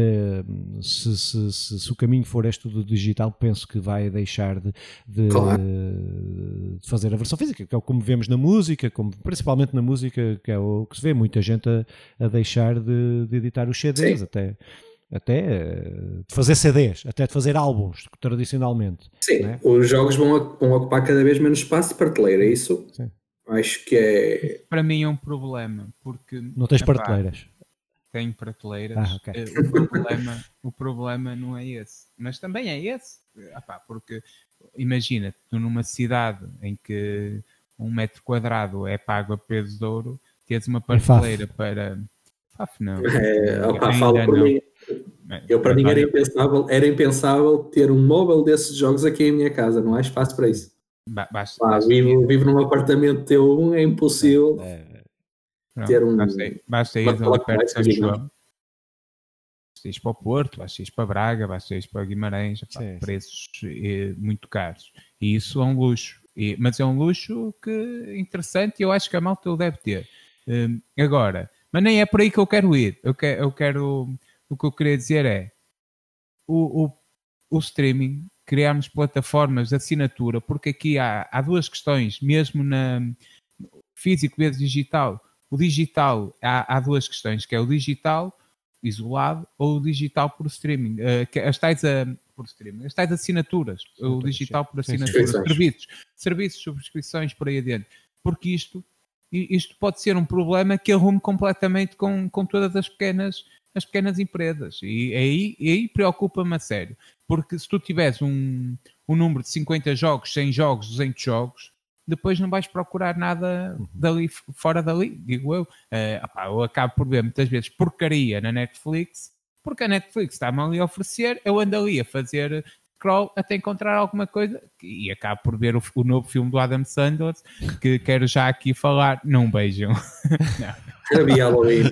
se o caminho for este do digital, penso que vai deixar de fazer a versão física, que é como vemos na música, principalmente na música, que é o que se vê, muita gente a deixar de editar os CDs, até de fazer CDs, até de fazer álbuns, tradicionalmente. Sim, né? Os jogos vão ocupar cada vez menos espaço de prateleira, isso acho que é... Para mim é um problema, porque... Não tens prateleiras? Tenho prateleiras. Okay. O problema não é esse, mas também é esse, porque imagina, tu numa cidade em que 1 metro quadrado é pago a peso de ouro, tens uma prateleira para... não. Falo por mim. Para mim era impensável ter um móvel desses jogos aqui em minha casa, não há espaço para isso. Vivo num apartamento T1, é impossível ter um... Basta ir ali perto de São João, basta ir para o Porto, basta ir para Braga, basta ir para Guimarães, preços muito caros. E isso é um luxo. Mas é um luxo interessante e eu acho que a malta o deve ter. Agora, mas nem é por aí que eu quero ir. Eu quero... O que eu queria dizer é o streaming, criarmos plataformas de assinatura, porque aqui há duas questões, mesmo na físico versus digital. O digital, há duas questões, que é o digital isolado ou o digital por streaming. As tais assinaturas, o digital por assinaturas, serviços, subscrições, por aí adiante. Porque isto pode ser um problema que arrume completamente com todas as pequenas empresas. E aí preocupa-me a sério. Porque se tu tiveres um número de 50 jogos, 100 jogos, 200 jogos, depois não vais procurar nada fora dali, digo eu. Eu acabo por ver muitas vezes porcaria na Netflix, porque a Netflix está-me ali a oferecer, eu ando ali a fazer scroll até encontrar alguma coisa e acabo por ver o novo filme do Adam Sandler, que quero já aqui falar. Não beijam. Não. Havia Halloween.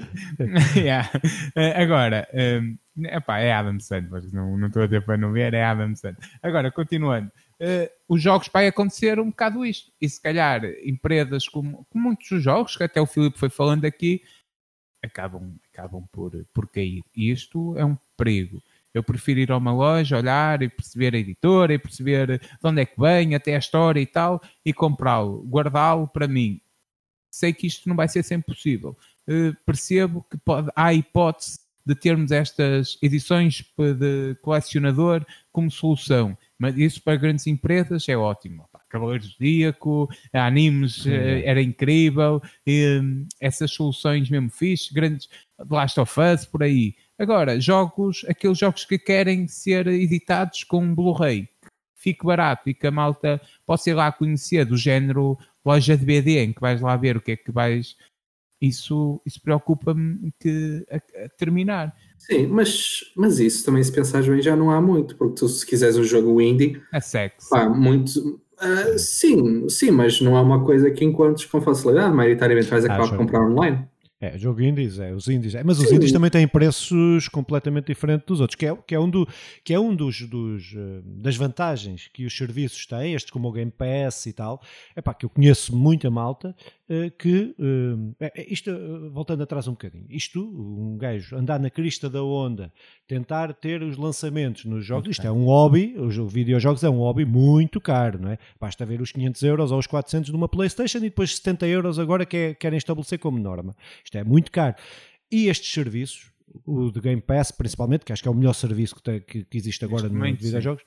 Agora, é Adam Sandler, não estou a dizer para não ver, é Adam Sandler. Agora, continuando, os jogos vai acontecer um bocado isto, e se calhar empresas como muitos dos jogos, que até o Filipe foi falando aqui, acabam por cair. E isto é um perigo. Eu prefiro ir a uma loja, olhar e perceber a editora e perceber de onde é que vem, até a história e tal, e comprá-lo, guardá-lo para mim. Sei que isto não vai ser sempre possível. Percebo que há a hipótese de termos estas edições de colecionador como solução, mas isso para grandes empresas é ótimo. Cavaleiros do Zodíaco, animes, era incrível, essas soluções mesmo fixe, grandes Last of Us, por aí. Agora, aqueles jogos que querem ser editados com um Blu-ray, fique barato e que a malta possa ir lá conhecer, do género loja de BD, em que vais lá ver o que é que vais... Isso preocupa-me a terminar. Sim, mas isso também, se pensares bem, já não há muito, porque tu, se quiseres um jogo indie... É sexy. Muito... sim, mas não é uma coisa que encontres com facilidade, maioritariamente vais acabar por comprar online. Jogo indies, os indies. Mas os indies também têm preços completamente diferentes dos outros, que é um das vantagens que os serviços têm, estes como o Game Pass e tal, que eu conheço muita malta, isto, voltando atrás um bocadinho, um gajo andar na crista da onda, tentar ter os lançamentos nos jogos, isto é um hobby, os videojogos é um hobby muito caro, não é? Basta ver os 500 euros ou os 400 de uma PlayStation e depois 70 euros agora querem estabelecer como norma. Isto é muito caro. E estes serviços, o de Game Pass principalmente, que acho que é o melhor serviço que existe agora no videojogos,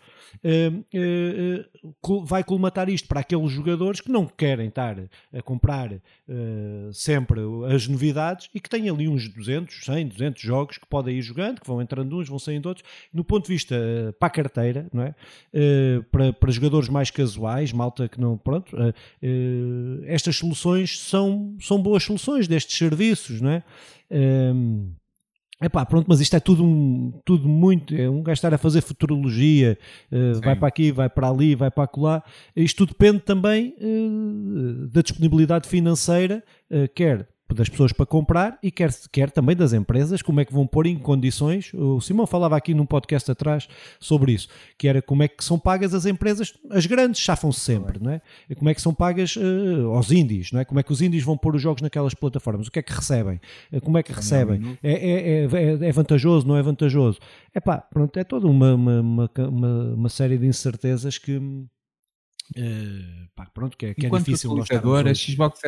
vai colmatar isto para aqueles jogadores que não querem estar a comprar sempre as novidades e que têm ali uns 200, 100, 200 jogos que podem ir jogando, que vão entrando uns, vão saindo outros. No ponto de vista para a carteira, não é? Para jogadores mais casuais, malta que não... Pronto, estas soluções são boas soluções destes serviços, não é? Pronto, mas isto é tudo muito, um gajo estar a fazer futurologia, vai para aqui, vai para ali, vai para acolá. Isto tudo depende também da disponibilidade financeira, quer das pessoas para comprar e quer também das empresas, como é que vão pôr em condições. O Simão falava aqui num podcast atrás sobre isso, que era como é que são pagas as empresas, as grandes chafam-se sempre, não é? E como é que são pagas aos indies, não é? Como é que os indies vão pôr os jogos naquelas plataformas, o que é que recebem, como é que recebem, é vantajoso, não é vantajoso? Pronto, é toda uma série de incertezas que pronto, que é difícil nós estarmos. A Xbox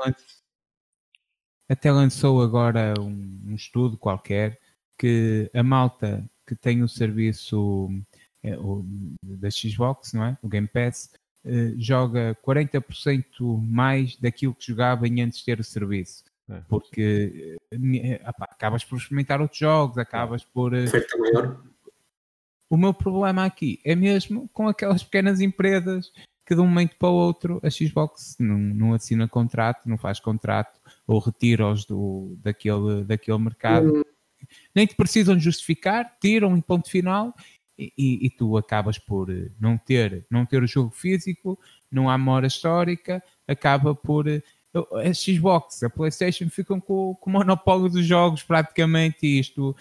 até lançou agora um estudo qualquer que a malta que tem o serviço da Xbox, não é? O Game Pass, joga 40% mais daquilo que jogava antes de ter o serviço. Porque acabas por experimentar outros jogos, acabas por... O meu problema aqui é mesmo com aquelas pequenas empresas que de um momento para o outro a Xbox não assina contrato, não faz contrato ou retira-os daquele mercado. Nem te precisam justificar, tiram em ponto final e tu acabas por não ter o jogo físico, não há memória histórica, acaba por... A Xbox, a PlayStation ficam com o monopólio dos jogos praticamente isto...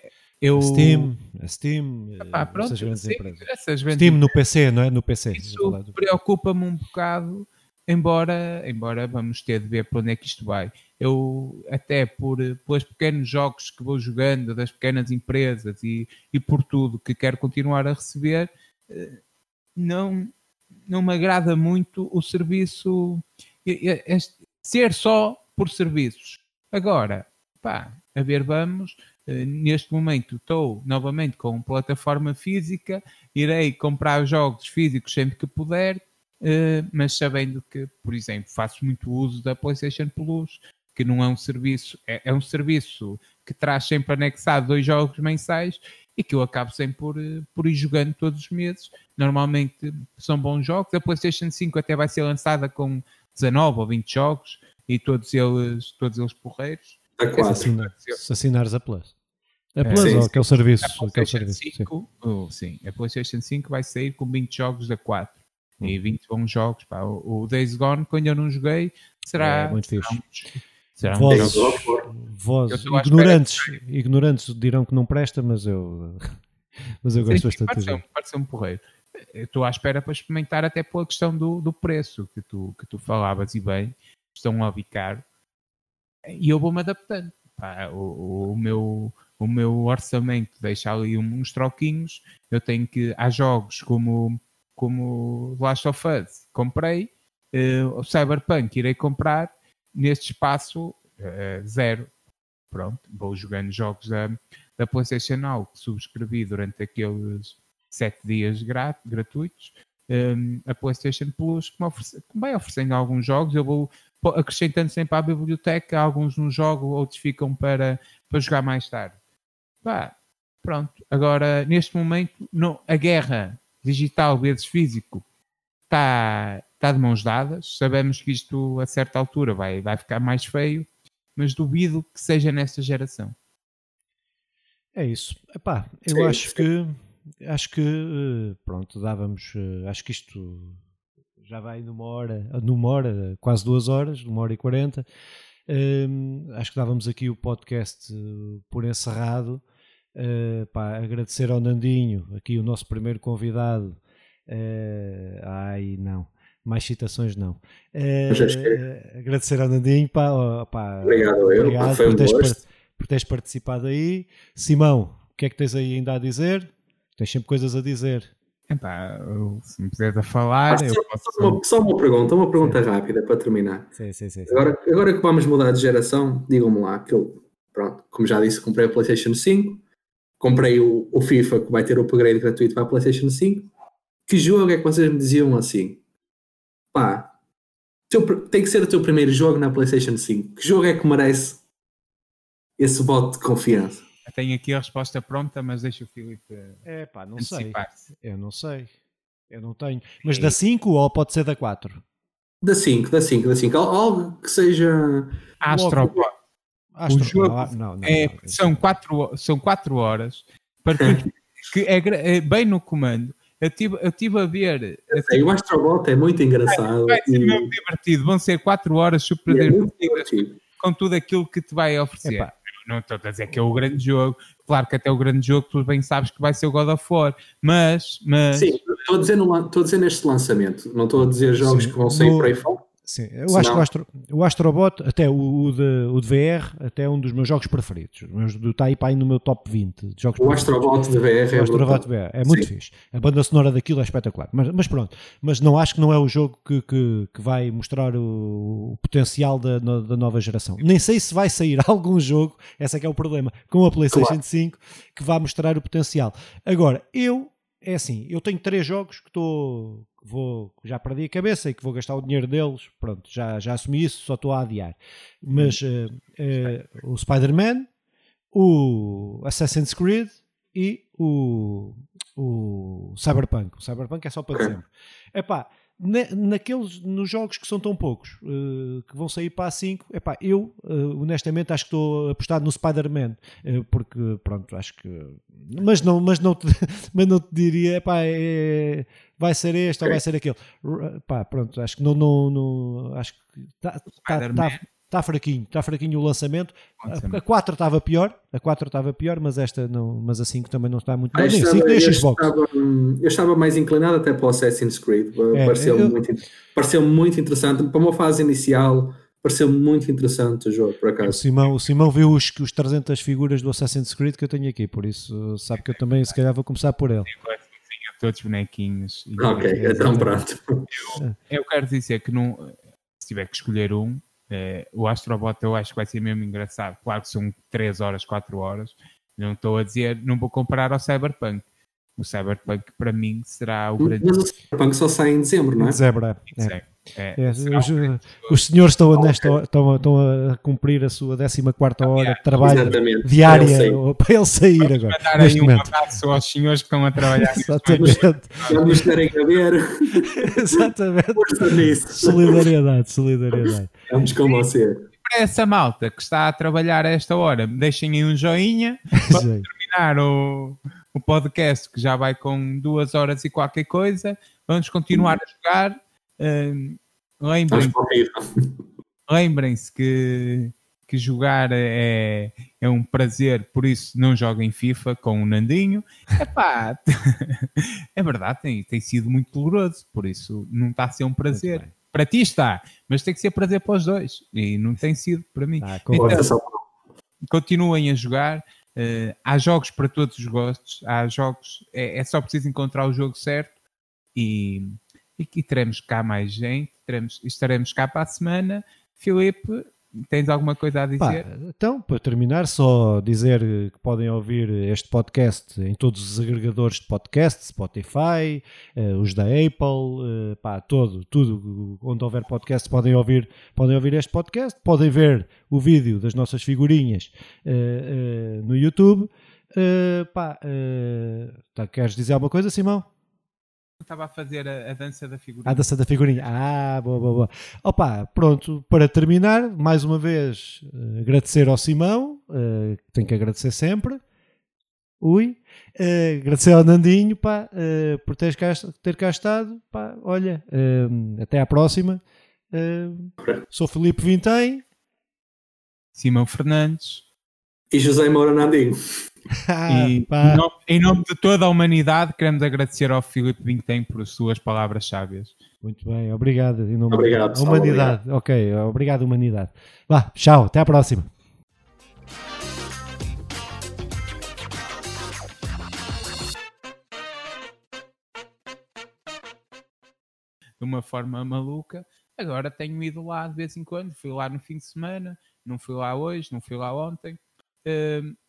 A Steam, pronto, essas grandes sim, empresas. Steam no PC, não é? No PC. Isso preocupa-me um bocado, embora vamos ter de ver para onde é que isto vai. Eu, até pelos pequenos jogos que vou jogando, das pequenas empresas e por tudo que quero continuar a receber, não me agrada muito o serviço, ser só por serviços. Agora, a ver, vamos... Neste momento estou novamente com plataforma física, irei comprar jogos físicos sempre que puder, mas sabendo que, por exemplo, faço muito uso da PlayStation Plus, que não é um serviço, é um serviço que traz sempre anexado 2 jogos mensais e que eu acabo sempre por ir jogando todos os meses. Normalmente são bons jogos. A PlayStation 5 até vai ser lançada com 19 ou 20 jogos e todos eles porreiros. Se assinares a Plus. A Plus ou aquele serviço? Sim, a PlayStation 5 vai sair com 20 jogos da 4. E 20 bons jogos. O Days Gone, quando eu não joguei, será muito fixe. Vós ignorantes dirão que não presta, mas eu gosto bastante de jogo. Pode ser um porreiro. Eu estou à espera para experimentar até pela questão do preço que tu falavas, e bem, estão a bicar. E eu vou-me adaptando. O meu orçamento deixa ali uns troquinhos. Eu tenho que... Há jogos como Last of Us, comprei. O Cyberpunk irei comprar. Neste espaço, 0. Pronto, vou jogando jogos da PlayStation Now que subscrevi durante aqueles 7 dias gratuitos. A PlayStation Plus que me vai oferecendo alguns jogos. Eu vou acrescentando sempre à biblioteca. Alguns não jogo, outros ficam para jogar mais tarde. Pronto. Agora, neste momento, a guerra digital versus físico está de mãos dadas. Sabemos que isto, a certa altura, vai ficar mais feio, mas duvido que seja nesta geração. É isso. Eu acho que pronto, dávamos... acho que isto já vai numa hora, quase 2 horas, 1h40. Acho que dávamos aqui o podcast por encerrado. Agradecer ao Nandinho, aqui o nosso primeiro convidado. Não, mais citações não. Agradecer ao Nandinho. Obrigado foi por teres participado aí. Simão, o que é que tens aí ainda a dizer? Tens sempre coisas a dizer. Se me puder a falar, Só uma pergunta rápida para terminar. Sim. Agora que vamos mudar de geração, digam-me lá que eu, pronto, como já disse, comprei a PlayStation 5, comprei o FIFA, que vai ter o upgrade gratuito para a PlayStation 5. Que jogo é que vocês me diziam assim? Tem que ser o teu primeiro jogo na PlayStation 5. Que jogo é que merece esse voto de confiança? Eu tenho aqui a resposta pronta, mas deixa o Filipe não antecipar-se. sei. Eu não sei. Eu não tenho. Mas da 5 ou pode ser da 4? Da 5. Algo que seja... Astrobot. O jogo são 4 horas para que é bem no comando. Eu tive a ver. O Astrobot é muito engraçado. Vai ser mesmo divertido. Vão ser 4 horas super com tudo aquilo que te vai oferecer. Não estou a dizer que é o grande jogo. Claro que até o grande jogo tu bem sabes que vai ser o God of War. Mas... Sim, estou a dizer neste lançamento. Não estou a dizer jogos que vão sair por aí fora. Sim, eu acho que o Astrobot, até o de VR, até é um dos meus jogos preferidos. Está aí no meu top 20 de jogos preferidos. Astrobot de VR é muito fixe. A banda sonora daquilo é espetacular. Mas pronto, mas acho que não é o jogo que vai mostrar o potencial da nova geração. Nem sei se vai sair algum jogo, esse é que é o problema, com a PlayStation 5, que vai mostrar o potencial. Agora, eu tenho 3 jogos que já perdi a cabeça e que vou gastar o dinheiro deles, pronto, já assumi isso, só estou a adiar. Mas o Spider-Man, o Assassin's Creed e o Cyberpunk. O Cyberpunk é só para dezembro. Nos jogos que são tão poucos, que vão sair para a 5, eu honestamente acho que estou apostado no Spider-Man, porque pronto, acho que mas não te diria, vai ser este ou vai ser aquele. Pronto, acho que não acho que está fraquinho o lançamento. A 4 estava pior, mas esta não, mas a 5 também não está muito bem. Eu estava mais inclinado até para o Assassin's Creed. Pareceu muito interessante. Para uma fase inicial, pareceu muito interessante o jogo, por acaso. O Simão viu os 300 figuras do Assassin's Creed que eu tenho aqui, por isso sabe que eu também se calhar vou começar por ele. Todos bonequinhos. Ok, então pronto. Eu quero dizer que se tiver que escolher o Astrobot eu acho que vai ser mesmo engraçado. Claro que são 3 horas, 4 horas. Não estou a dizer, não vou comparar ao Cyberpunk. O Cyberpunk para mim será o grande... Mas o Cyberpunk só sai em dezembro, não é? Em dezembro, os senhores estão a cumprir a sua 14ª hora de trabalho diária para ele sair agora. Mandar aí um abraço aos senhores que estão a trabalhar. Exatamente. Vamos estarem a ver. Exatamente. Solidariedade. Vamos com você. Para essa malta que está a trabalhar a esta hora, deixem aí um joinha para terminar o podcast, que já vai com 2 horas e qualquer coisa. Vamos continuar a jogar. Lembrem-se que jogar é um prazer, por isso não joguem FIFA com o Nandinho. É verdade, tem sido muito doloroso, por isso não está a ser um prazer. Para ti está, mas tem que ser prazer para os dois, e não tem sido para mim. Então, continuem a jogar. Há jogos para todos os gostos, há jogos, é só preciso encontrar o jogo certo e teremos cá mais gente, estaremos cá para a semana. Filipe, tens alguma coisa a dizer? Então, para terminar, só dizer que podem ouvir este podcast em todos os agregadores de podcast, Spotify, os da Apple, tudo onde houver podcast podem ouvir este podcast, podem ver o vídeo das nossas figurinhas no YouTube. Queres dizer alguma coisa, Simão? Estava a fazer a dança da figurinha. A dança da figurinha. Boa. Pronto, para terminar, mais uma vez, agradecer ao Simão, que tenho que agradecer sempre. Agradecer ao Nandinho, por ter cá estado. Olha, até à próxima. Sou Filipe Vintém. Simão Fernandes. E José Moura Nandinho. E em nome de toda a humanidade, queremos agradecer ao Filipe Vintém por suas palavras sábias. Muito bem, obrigado. Em nome Obrigado, da humanidade. obrigado. Ok, obrigado, humanidade. Vá, tchau, até à próxima. De uma forma maluca. Agora tenho ido lá de vez em quando, fui lá no fim de semana, não fui lá hoje, não fui lá ontem.